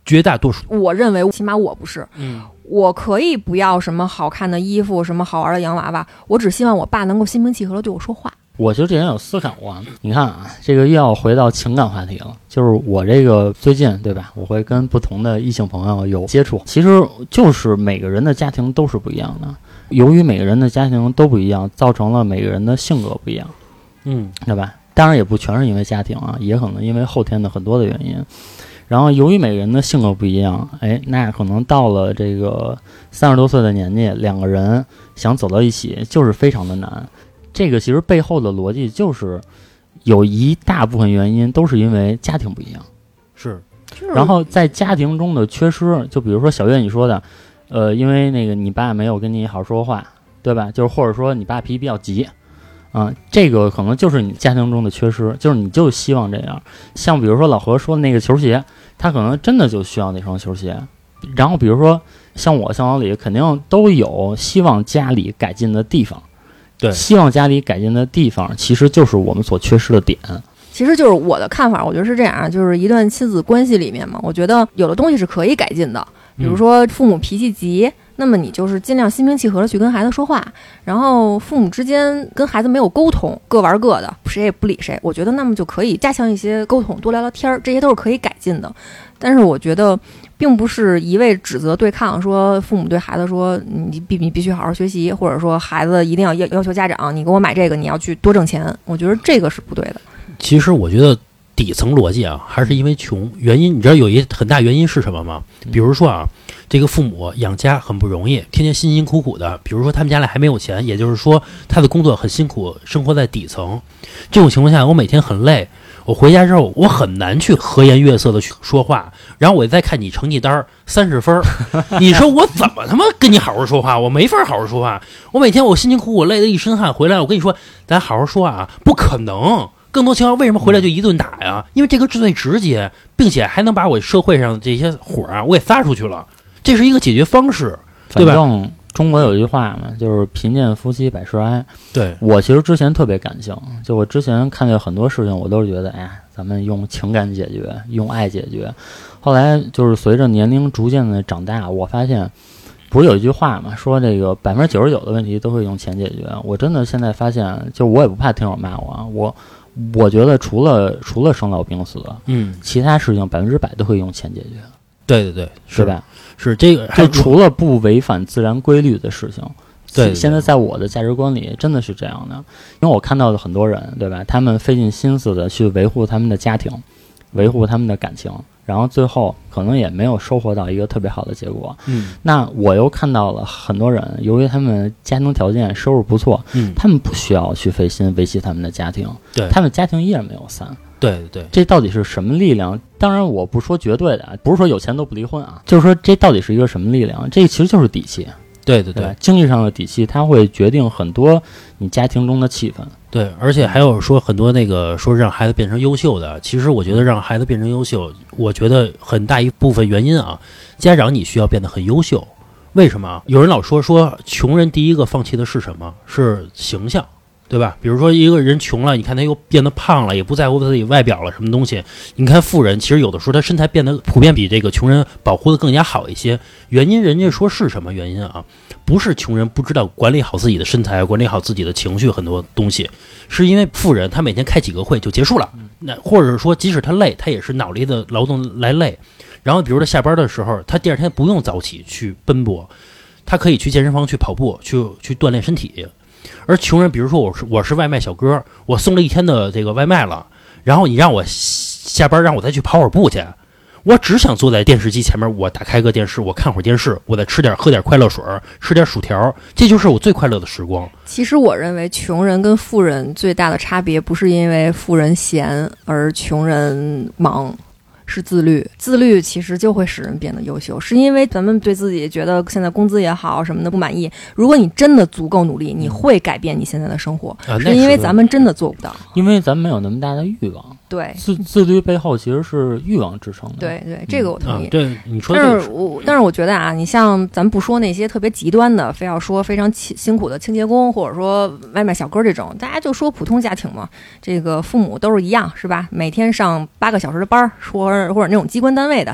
Speaker 2: 绝大多数，
Speaker 5: 我认为起码我不是，我可以不要什么好看的衣服，什么好玩的洋娃娃，我只希望我爸能够心平气和的对我说话。
Speaker 4: 我就之前有思考过，你看啊，这个又要回到情感话题了。就是我这个最近，对吧？我会跟不同的异性朋友有接触，其实就是每个人的家庭都是不一样的。由于每个人的家庭都不一样，造成了每个人的性格不一样，对吧？当然也不全是因为家庭啊，也可能因为后天的很多的原因。然后由于每个人的性格不一样，那可能到了这个30多岁的年纪，两个人想走到一起就是非常的难。这个其实背后的逻辑就是有一大部分原因都是因为家庭不一样，
Speaker 2: 是。
Speaker 4: 然后在家庭中的缺失，就比如说小月你说的，因为那个你爸没有跟你好好说话，对吧？就是或者说你爸脾气比较急，这个可能就是你家庭中的缺失，就是你就希望这样。像比如说老何说的那个球鞋，他可能真的就需要那双球鞋。然后比如说像我像老李，肯定都有希望家里改进的地方。
Speaker 2: 对，
Speaker 4: 希望家里改进的地方，其实就是我们所缺失的点。
Speaker 5: 其实就是我的看法，我觉得是这样，就是一段亲子关系里面嘛，我觉得有的东西是可以改进的，比如说父母脾气急，那么你就是尽量心平气和的去跟孩子说话，然后父母之间跟孩子没有沟通，各玩各的，谁也不理谁，我觉得那么就可以加强一些沟通，多聊聊天，这些都是可以改进的。但是我觉得并不是一味指责对抗，说父母对孩子说你必须好好学习，或者说孩子一定要求家长你给我买这个，你要去多挣钱，我觉得这个是不对的。
Speaker 2: 其实我觉得底层逻辑啊，还是因为穷。原因你知道有一很大原因是什么吗？比如说啊，这个父母养家很不容易，天天辛辛苦苦的。比如说他们家里还没有钱，也就是说他的工作很辛苦，生活在底层。这种情况下，我每天很累，我回家之后我很难去和颜悦色的去说话。然后我再看你成绩单30分，你说我怎么他妈跟你好好说话？我没法好好说话。我每天我辛辛苦苦累得一身汗回来，我跟你说咱好好说啊，不可能。更多情况为什么回来就一顿打呀？因为这个最直接，并且还能把我社会上的这些火啊，我给撒出去了，这是一个解决方式，对吧？
Speaker 4: 反正中国有一句话嘛，就是贫贱夫妻百事哀。
Speaker 2: 对，
Speaker 4: 我其实之前特别感性，就我之前看见很多事情，我都是觉得，咱们用情感解决，用爱解决。后来就是随着年龄逐渐的长大，我发现，不是有一句话嘛，说这个99%的问题都会用钱解决。我真的现在发现，就我也不怕听友骂我觉得除了生老病死，其他事情100%都会用钱解决。
Speaker 2: 对，
Speaker 4: 是吧？
Speaker 2: 是这个，
Speaker 4: 就除了不违反自然规律的事情。
Speaker 2: 对，
Speaker 4: 现在在我的价值观里真的是这样的，因为我看到的很多人，对吧？他们费尽心思的去维护他们的家庭，维护他们的感情，然后最后可能也没有收获到一个特别好的结果。那我又看到了很多人，由于他们家庭条件收入不错，他们不需要去费心维系他们的家庭，
Speaker 2: 对，
Speaker 4: 他们家庭依然没有散。
Speaker 2: 对，
Speaker 4: 这到底是什么力量？当然我不说绝对的，不是说有钱都不离婚啊，就是说这到底是一个什么力量？这其实就是底气。
Speaker 2: 对，
Speaker 4: 经济上的底气，它会决定很多你家庭中的气氛。
Speaker 2: 对，而且还有说很多那个说让孩子变成优秀的，其实我觉得让孩子变成优秀，我觉得很大一部分原因啊，家长你需要变得很优秀。为什么？有人老说穷人第一个放弃的是什么？是形象。对吧？比如说一个人穷了，你看他又变得胖了，也不在乎自己外表了什么东西。你看富人，其实有的时候他身材变得普遍比这个穷人保护的更加好一些。原因人家说是什么原因啊？不是穷人不知道管理好自己的身材，管理好自己的情绪，很多东西，是因为富人他每天开几个会就结束了。那或者说即使他累，他也是脑力的劳动来累。然后比如他下班的时候，他第二天不用早起去奔波，他可以去健身房去跑步，去锻炼身体。而穷人，比如说我是外卖小哥，我送了一天的这个外卖了，然后你让我下班让我再去跑会儿步去，我只想坐在电视机前面，我打开个电视，我看会儿电视，我再喝点快乐水，吃点薯条，这就是我最快乐的时光。
Speaker 5: 其实我认为穷人跟富人最大的差别不是因为富人闲而穷人忙，是自律。自律其实就会使人变得优秀，是因为咱们对自己觉得现在工资也好什么的不满意，如果你真的足够努力，你会改变你现在的生活，是因为咱们真的做不到，
Speaker 4: 因为咱们没有那么大的欲望。
Speaker 5: 对，
Speaker 4: 自律背后其实是欲望支撑的。
Speaker 5: 对，这个我同意。
Speaker 2: 对，你说
Speaker 5: 但是我觉得啊，你像咱不说那些特别极端的，非要说非常辛苦的清洁工，或者说外卖小哥这种，大家就说普通家庭嘛，这个父母都是一样，是吧？每天上8个小时的班，或者那种机关单位的，就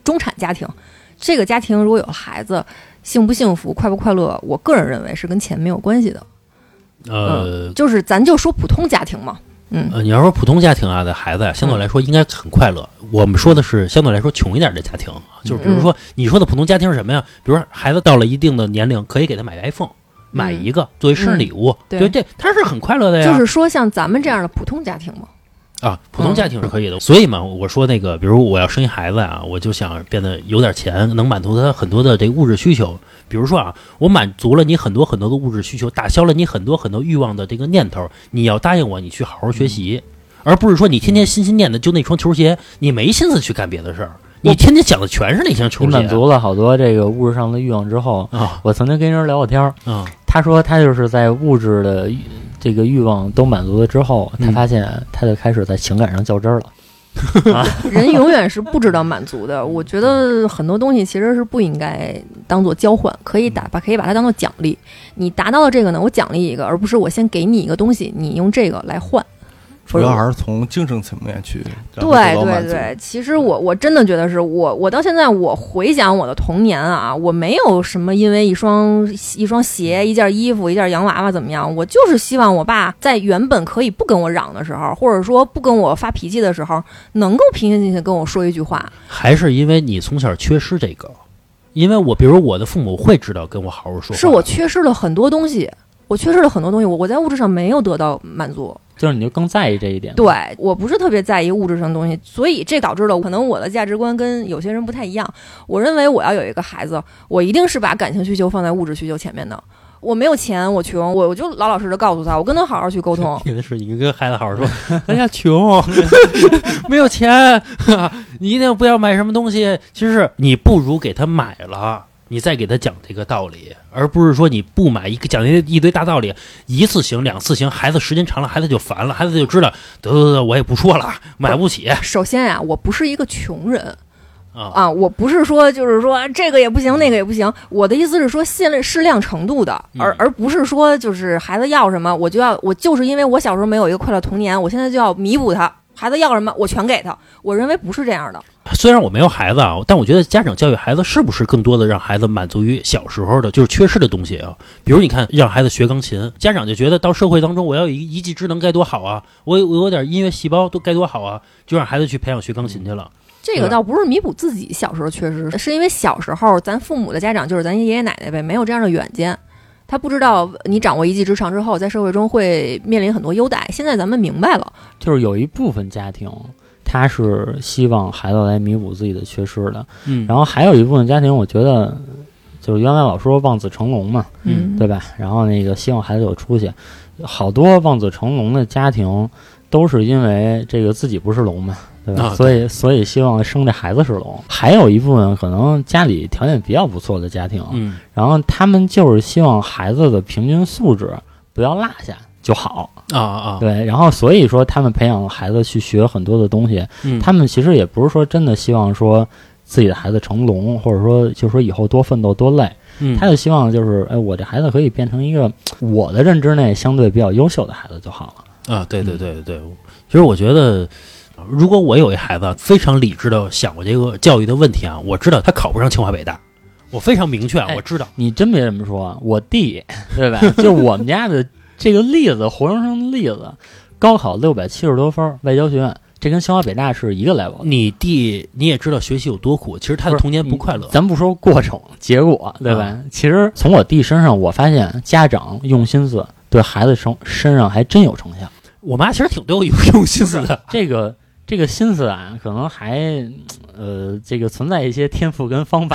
Speaker 5: 中产家庭，这个家庭如果有孩子，幸不幸福、快不快乐，我个人认为是跟钱没有关系的。就是咱就说普通家庭嘛。
Speaker 2: 你要说普通家庭啊的孩子呀，相对来说应该很快乐。我们说的是相对来说穷一点的家庭，就是比如说你说的普通家庭是什么呀？比如说孩子到了一定的年龄，可以给他买 iPhone，买一个作为生日礼物，对，这他是很快乐的呀。
Speaker 5: 就是说像咱们这样的普通家庭嘛。
Speaker 2: 普通家庭是可以的，所以嘛，我说那个，比如我要生一孩子啊，我就想变得有点钱，能满足他很多的这个物质需求。比如说啊，我满足了你很多很多的物质需求，打消了你很多很多欲望的这个念头，你要答应我，你去好好学习，而不是说你天天心心念的就那双球鞋，你没心思去干别的事儿。你天天想的全是那双球鞋。
Speaker 4: 你满足了好多这个物质上的欲望之后我曾经跟人聊过天他说他就是在物质的这个欲望都满足了之后，他发现他就开始在情感上较真儿了。
Speaker 5: 人永远是不知道满足的。我觉得很多东西其实是不应该当做交换，可以把它当做奖励。你达到了这个呢，我奖励一个，而不是我先给你一个东西，你用这个来换。
Speaker 3: 主要还是从精神层面去
Speaker 5: 对，其实我真的觉得是我到现在我回想我的童年啊，我没有什么因为一双鞋、一件衣服、一件洋娃娃怎么样，我就是希望我爸在原本可以不跟我嚷的时候，或者说不跟我发脾气的时候，能够平平静静跟我说一句话。还
Speaker 2: 是因为你从小缺失这个？因为比如我的父母会知道跟我好好说话，
Speaker 5: 是我缺失了很多东西，我在物质上没有得到满足。
Speaker 4: 就是你就更在意这一点。
Speaker 5: 对，我不是特别在意物质上的东西，所以这导致了可能我的价值观跟有些人不太一样。我认为我要有一个孩子，我一定是把感情需求放在物质需求前面的。我没有钱，我穷，我就老老实实告诉他，我跟他好好去沟通。
Speaker 2: 有的是你跟孩子好好说，哎呀穷，没有钱，你一定不要买什么东西。其实是你不如给他买了，你再给他讲这个道理，而不是说你不买讲一堆大道理，一次行两次行，孩子时间长了，孩子就烦了，孩子就知道得，我也不说了，买不起。
Speaker 5: 首先啊，我不是一个穷人我不是说就是说这个也不行那个也不行，我的意思是说适量程度的，而不是说就是孩子要什么我就是因为我小时候没有一个快乐童年，我现在就要弥补他，孩子要什么我全给他。我认为不是这样的。
Speaker 2: 虽然我没有孩子但我觉得家长教育孩子是不是更多的让孩子满足于小时候的就是缺失的东西比如你看让孩子学钢琴，家长就觉得到社会当中我要有一技之能该多好啊，我有点音乐细胞都该多好啊，就让孩子去培养学钢琴去了。
Speaker 5: 这个倒不是弥补自己小时候缺失，是因为小时候咱父母的家长就是咱爷爷奶奶辈没有这样的远见，他不知道你掌握一技之长之后在社会中会面临很多优待。现在咱们明白了，
Speaker 4: 就是有一部分家庭他是希望孩子来弥补自己的缺失的然后还有一部分家庭我觉得就是原来老说望子成龙嘛对吧，然后那个希望孩子有出息，好多望子成龙的家庭都是因为这个自己不是龙嘛，对吧所以希望生这孩子是龙。还有一部分可能家里条件比较不错的家庭然后他们就是希望孩子的平均素质不要落下就好对，然后所以说他们培养孩子去学很多的东西他们其实也不是说真的希望说自己的孩子成龙，或者说就是说以后多奋斗多累他就希望就是我这孩子可以变成一个我的认知内相对比较优秀的孩子就好了
Speaker 2: 对，其实我觉得如果我有一孩子非常理智的想过这个教育的问题我知道他考不上清华北大，我非常明确我知道。
Speaker 4: 你真别这么说我弟对吧就我们家的这个例子活生生的例子，高考670多分外交学院，这跟清华北大是一个 level。
Speaker 2: 你弟你也知道学习有多苦，其实他的童年不快乐，
Speaker 4: 咱不说过程结果对吧其实从我弟身上我发现家长用心思对孩子身上还真有成效。
Speaker 2: 我妈其实挺对我用心思的
Speaker 4: 这个心思可能还这个存在一些天赋跟方法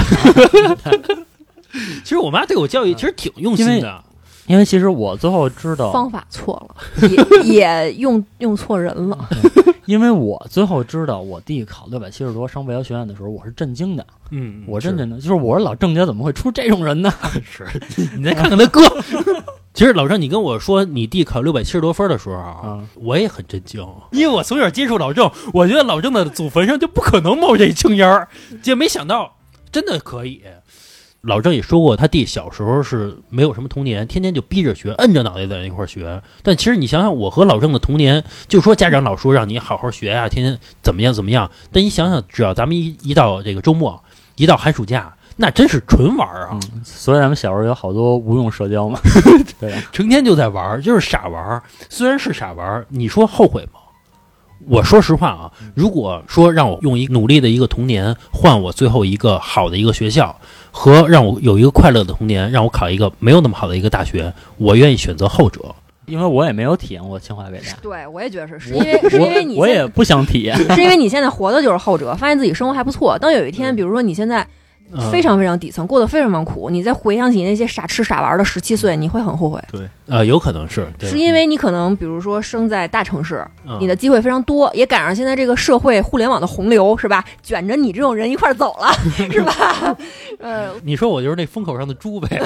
Speaker 2: 其实我妈对我教育其实挺用心的，
Speaker 4: 因为其实我最后知道
Speaker 5: 方法错了也用错人了
Speaker 4: 因为我最后知道我弟考670多上外交学院的时候我是震惊的我真的就是我说老郑姐怎么会出这种人呢
Speaker 2: 是你再看看他哥其实老郑你跟我说你弟考670多分的时候我也很震惊，因为我从小接触老郑，我觉得老郑的祖坟上就不可能冒这青烟儿，结果没想到真的可以。 老郑也说过，他弟小时候是没有什么童年，天天就逼着学，摁着脑袋在那块学。但其实你想想，我和老郑的童年，就说家长老说让你好好学啊，天天怎么样。但你想想，只要咱们一到这个周末，一到寒暑假，那真是纯玩啊！
Speaker 4: 所以咱们小时候有好多无用社交嘛，对吧？
Speaker 2: 成天就在玩，就是傻玩。虽然是傻玩，你说后悔吗？我说实话啊，如果说让我用一个努力的一个童年换我最后一个好的一个学校，和让我有一个快乐的童年，让我考一个没有那么好的一个大学，我愿意选择后者。
Speaker 4: 因为我也没有体验过清华北大。
Speaker 5: 对，我也觉得是因为你
Speaker 4: 我也不想体验，
Speaker 5: 是因为你现在活的就是后者，发现自己生活还不错。当有一天，比如说你现在非常非常底层，过得非常非常苦，你再回想起那些傻吃傻玩的17岁，你会很后悔。
Speaker 3: 对，
Speaker 2: 有可能是
Speaker 5: 因为你可能比如说生在大城市，你的机会非常多，也赶上现在这个社会互联网的洪流，是吧？卷着你这种人一块走了，是吧？
Speaker 2: 你说我就是那风口上的猪呗。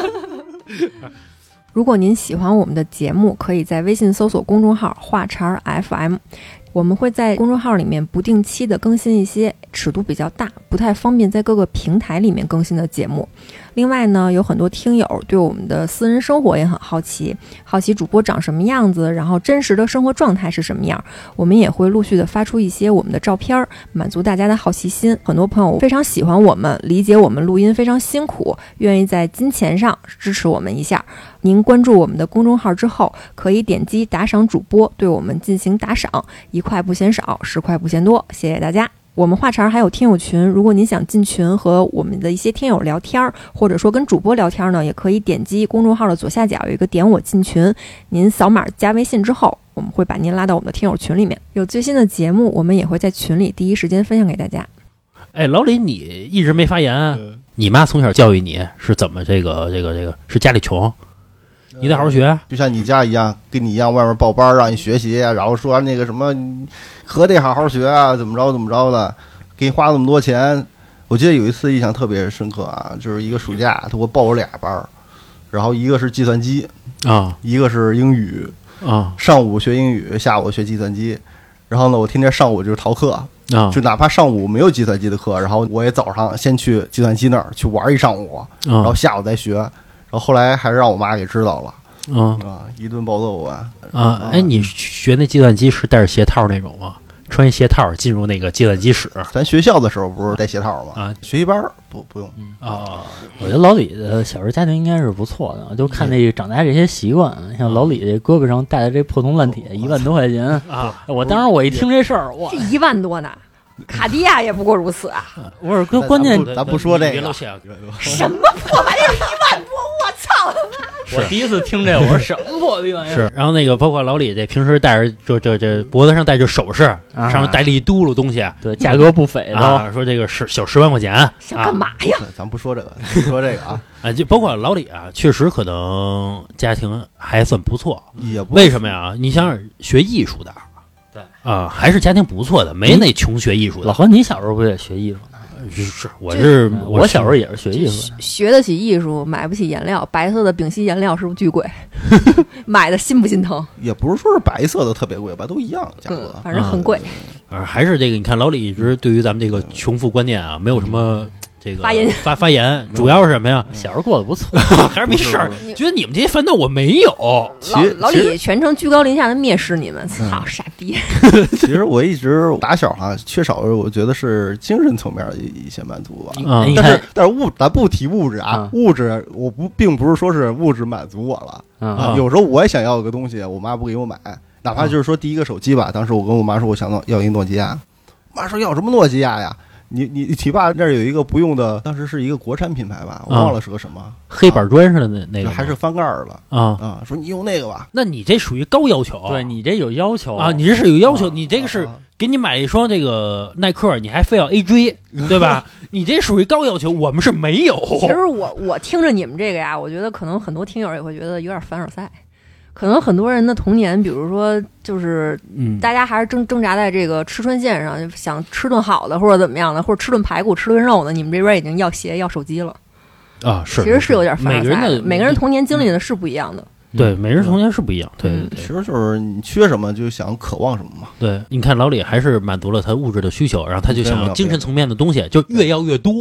Speaker 5: 如果您喜欢我们的节目，可以在微信搜索公众号话茬 FM， 我们会在公众号里面不定期的更新一些尺度比较大、不太方便在各个平台里面更新的节目。另外呢，有很多听友对我们的私人生活也很好奇主播长什么样子，然后真实的生活状态是什么样，我们也会陆续的发出一些我们的照片，满足大家的好奇心。很多朋友非常喜欢我们，理解我们录音非常辛苦，愿意在金钱上支持我们一下。您关注我们的公众号之后，可以点击打赏主播，对我们进行打赏，1块不嫌少，10块不嫌多，谢谢大家。我们话茬还有听友群，如果您想进群和我们的一些听友聊天，或者说跟主播聊天呢，也可以点击公众号的左下角有一个点我进群，您扫码加微信之后，我们会把您拉到我们的听友群里面。有最新的节目，我们也会在群里第一时间分享给大家。
Speaker 2: 哎，老李，你一直没发言，你妈从小教育你是怎么这个是家里穷？你得好好学，
Speaker 3: 就像你家一样，跟你一样，外面报班让你学习啊，然后说那个什么，可得好好学啊，怎么着的，给你花那么多钱。我记得有一次印象特别深刻啊，就是一个暑假，他给我报了2班，然后一个是计算机
Speaker 2: 啊，
Speaker 3: 一个是英语
Speaker 2: 啊，
Speaker 3: 上午学英语，下午学计算机。然后呢，我天天上午就是逃课
Speaker 2: 啊，
Speaker 3: 就哪怕上午没有计算机的课，然后我也早上先去计算机那儿去玩一上午，然后下午再学。然后后来还是让我妈给知道了，一顿暴揍啊！
Speaker 2: 哎，你学那计算机是带着鞋套那种吗？穿一鞋套进入那个计算机室？
Speaker 3: 咱学校的时候不是带鞋套吗？学习班不用
Speaker 4: 我觉得老李的小时候家庭应该是不错的，就看这长大这些习惯，像老李这胳膊上带的这破铜烂铁，1万多块钱啊！当时我一听这事儿，哇，
Speaker 5: 这1万多呢！卡地亚也不过如此啊！
Speaker 4: 我是关键，
Speaker 3: 咱不说这个，
Speaker 5: 什么破玩意儿1万多，我操！
Speaker 4: 我第一次听这，我说什么破逼玩意儿？
Speaker 2: 是，然后那个包括老李这平时带着这脖子上戴着首饰，上面带了一嘟噜东西，
Speaker 4: 对，价格不菲
Speaker 2: 的，说这个小10万块钱，
Speaker 5: 想干嘛呀？
Speaker 3: 咱不说这个，不说这个啊！
Speaker 2: 就包括老李啊，确实可能家庭还算不错，
Speaker 3: 也不
Speaker 2: 为什么呀？你想学艺术的。
Speaker 4: 对
Speaker 2: 还是家庭不错的，没那穷学艺术的。
Speaker 4: 老何，你小时候不也学艺术呢？
Speaker 2: 是，
Speaker 4: 我小时候也是学艺术的，
Speaker 5: 学得起艺术，买不起颜料。白色的丙烯颜料是不是巨贵？买的心不心疼？
Speaker 3: 也不是说是白色的特别贵吧，都一样价格，
Speaker 5: 反正很贵。
Speaker 2: 还是这个，你看老李一直对于咱们这个穷富观念啊，没有什么。这个发言主要是什么呀？
Speaker 4: 小时候过得不错，
Speaker 2: 还是没事儿。觉得你们这些烦恼我没有。
Speaker 5: 老李全程居高临下的蔑视你们，操傻逼！
Speaker 3: 其实我一直打小缺少，我觉得是精神层面的一些满足吧。但是咱不提物质啊，物质我并不是说是物质满足我了有时候我也想要个东西，我妈不给我买，哪怕就是说第一个手机吧。当时我跟我妈说我想要一诺基亚，妈说要什么诺基亚呀？你爸这儿有一个不用的，当时是一个国产品牌吧，我忘了是个什么，
Speaker 2: 黑板砖似的那个，
Speaker 3: 还是翻盖了说你用那个吧。
Speaker 2: 那你这属于高要求，
Speaker 4: 对你这有要求
Speaker 2: 啊，你这是有要求，你这个是给你买一双这个耐克，你还非要 AJ， 对吧？你这属于高要求，我们是没有。
Speaker 5: 其实我听着你们这个呀，我觉得可能很多听友也会觉得有点凡尔赛。可能很多人的童年，比如说就是大家还是挣扎在这个吃穿线上，想吃顿好的或者怎么样的，或者吃顿排骨吃顿肉的，你们这边已经要鞋要手机了
Speaker 2: 是，
Speaker 5: 其实是有点凡尔赛。每个人童年经历的是不一样的，
Speaker 2: 对，每人童年是不一样，对，
Speaker 3: 其实就是你缺什么就想渴望什么嘛。
Speaker 2: 对，你看老李还是满足了他物质的需求，然后他就想要精神层面的东西，就越要越多。是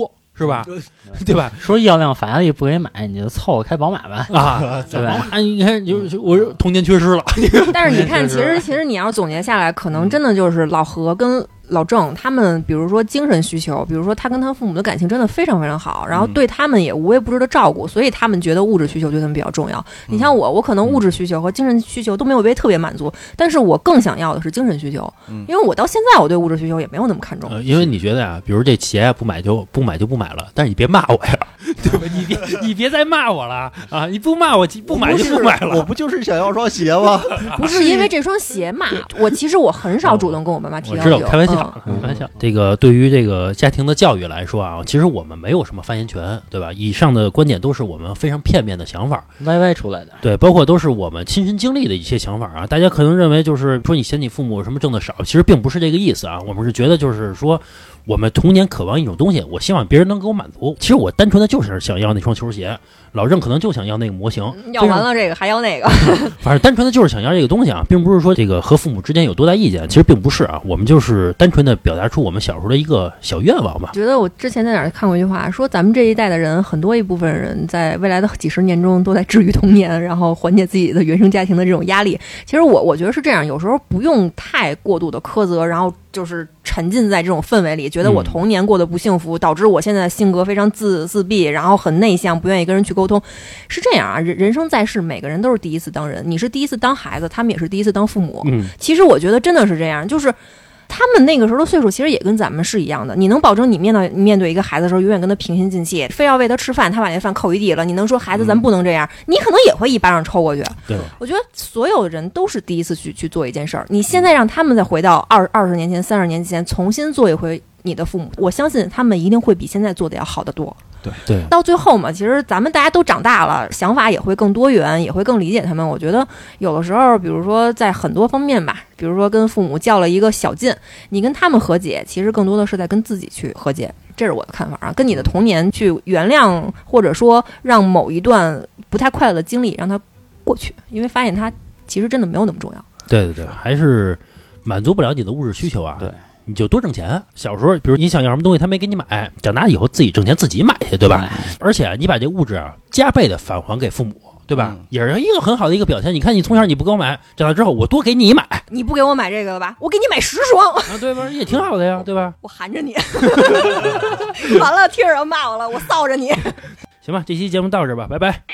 Speaker 2: 是吧？对吧？
Speaker 4: 说要辆法拉利不给买，你就凑合开宝马吧
Speaker 2: 啊，对吧？你看，就是我童年缺失了。
Speaker 5: 但是你看，其实你要总结下来，可能真的就是老何跟老郑他们，比如说精神需求，比如说他跟他父母的感情真的非常非常好，然后对他们也无微不至的照顾，所以他们觉得物质需求对他们比较重要。你像我可能物质需求和精神需求都没有被特别满足，但是我更想要的是精神需求，因为我到现在我对物质需求也没有那么看重。
Speaker 2: 因为你觉得呀，比如这鞋不买就不买了，但是你别骂我呀，对吧？你别再骂我了啊！你不骂我不买就不买了，
Speaker 3: 我不就是想要双鞋吗？
Speaker 5: 不是因为这双鞋骂我，其实我很少主动跟我妈妈提要求。
Speaker 2: 我知道，开玩笑。这个对于这个家庭的教育来说啊，其实我们没有什么发言权，对吧？以上的观点都是我们非常片面的想法，
Speaker 4: 歪出来的。
Speaker 2: 对，包括都是我们亲身经历的一些想法啊。大家可能认为就是说你嫌你父母什么挣得少，其实并不是这个意思啊。我们是觉得就是说，我们童年渴望一种东西，我希望别人能给我满足。其实我单纯的就是想要那双球鞋，老郑可能就想要那个模型，
Speaker 5: 要完了这个还要那个，
Speaker 2: 反正单纯的就是想要这个东西啊，并不是说这个和父母之间有多大意见，其实并不是啊，我们就是单纯的表达出我们小时候的一个小愿望吧。
Speaker 5: 觉得我之前在哪儿看过一句话，说咱们这一代的人，很多一部分人在未来的几十年中都在治愈童年，然后缓解自己的原生家庭的这种压力。其实我觉得是这样，有时候不用太过度的苛责，然后就是沉浸在这种氛围里，觉得我童年过得不幸福，导致我现在性格非常自闭，然后很内向，不愿意跟人去沟通。是这样啊，人生在世，每个人都是第一次当人，你是第一次当孩子，他们也是第一次当父母。其实我觉得真的是这样，就是他们那个时候的岁数其实也跟咱们是一样的，你能保证你面对一个孩子的时候永远跟他平心静气，非要喂他吃饭，他把那饭扣一地了，你能说孩子咱不能这样，你可能也会一巴掌抽过去。
Speaker 2: 对，
Speaker 5: 我觉得所有的人都是第一次去做一件事儿，你现在让他们再回到20年前30年前重新做一回你的父母，我相信他们一定会比现在做的要好得多。
Speaker 2: 对，
Speaker 5: 到最后嘛，其实咱们大家都长大了，想法也会更多元，也会更理解他们。我觉得有的时候，比如说在很多方面吧，比如说跟父母较了一个小劲，你跟他们和解，其实更多的是在跟自己去和解。这是我的看法啊，跟你的童年去原谅，或者说让某一段不太快乐的经历让它过去，因为发现它其实真的没有那么重要。
Speaker 2: 对，还是满足不了你的物质需求啊。对。你就多挣钱。小时候，比如你想要什么东西，他没给你买，长大以后自己挣钱自己买去，对吧？而且你把这物质啊加倍的返还给父母，对吧？也是一个很好的一个表现。你看，你从小你不给我买，长大之后我多给你买。
Speaker 5: 你不给我买这个了吧？我给你买10双
Speaker 2: 啊，对吧？也挺好的呀，对吧？
Speaker 5: 我含着你，完了，听着人骂我了，我臊着你。
Speaker 2: 行吧，这期节目到这吧，拜拜。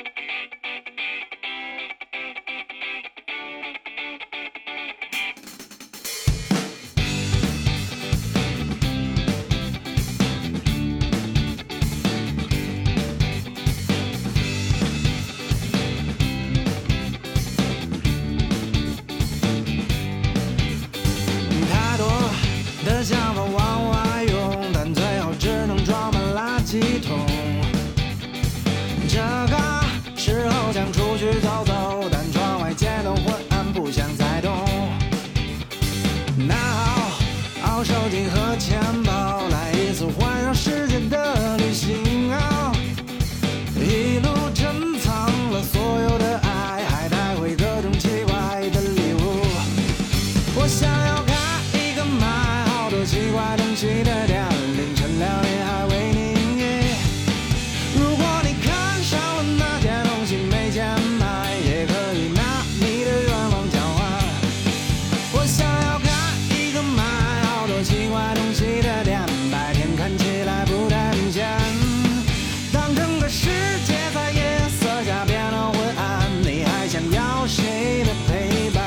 Speaker 6: 想法往外涌，但最后只能装满垃圾桶。这个时候想出去走走，但窗外街灯昏暗，不想再动。拿好手机和钱包，来一次环绕世界的旅行啊！一路珍藏了所有的爱，还带回各种奇怪的礼物。我想要看一个买好多奇怪东西的店，凌晨2点还为你营业。如果你看上了那件东西没钱买，也可以拿你的愿望交换。我想要看一个买好多奇怪东西的店，白天看起来不太明显，当整个世界在夜色下变得昏暗，你还想要谁的陪伴？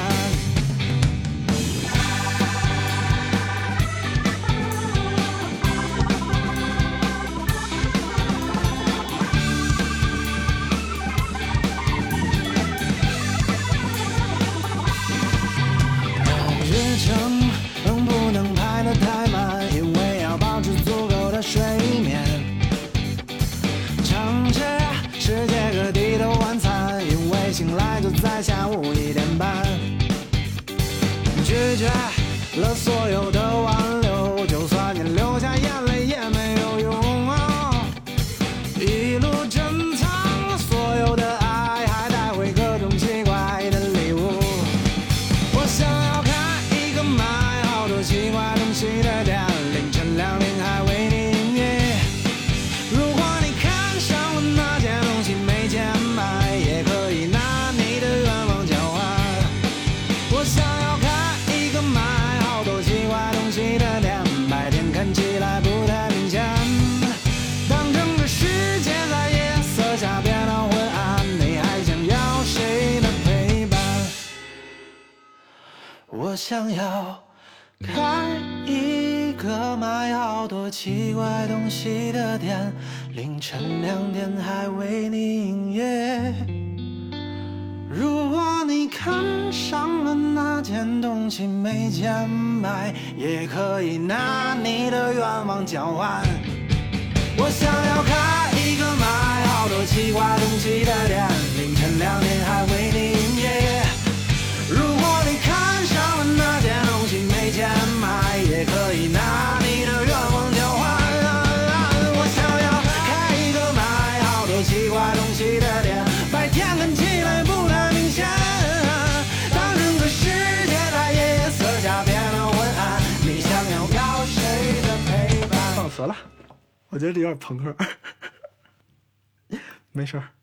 Speaker 6: 日程不能排得太满，因为要保持足够的睡眠。尝试世界各地的晚餐，因为醒来就在下午1点半。拒绝了所有的挽留，就算你流下眼泪也没有用啊！一路珍藏了所有的爱，还带回各种奇怪的礼物。我想要看一个买好多奇怪东西的店，凌晨2点还为你营业。 想要开一个卖好多奇怪东西的店，凌晨2点还为你营业。如果你看上了那件东西没钱买，也可以拿你的愿望交换。我想要开一个卖好多奇怪东西的店，凌晨2点还为你营业。如果你看上了那件东西没钱买，也可以拿你的愿望交换。我想要开一个卖好多奇怪东西的店，白天看起来不太明显，当整个世界在夜色下变得昏暗，你想要谁的陪伴？
Speaker 1: 放死了，我觉得这有点朋克。没事儿。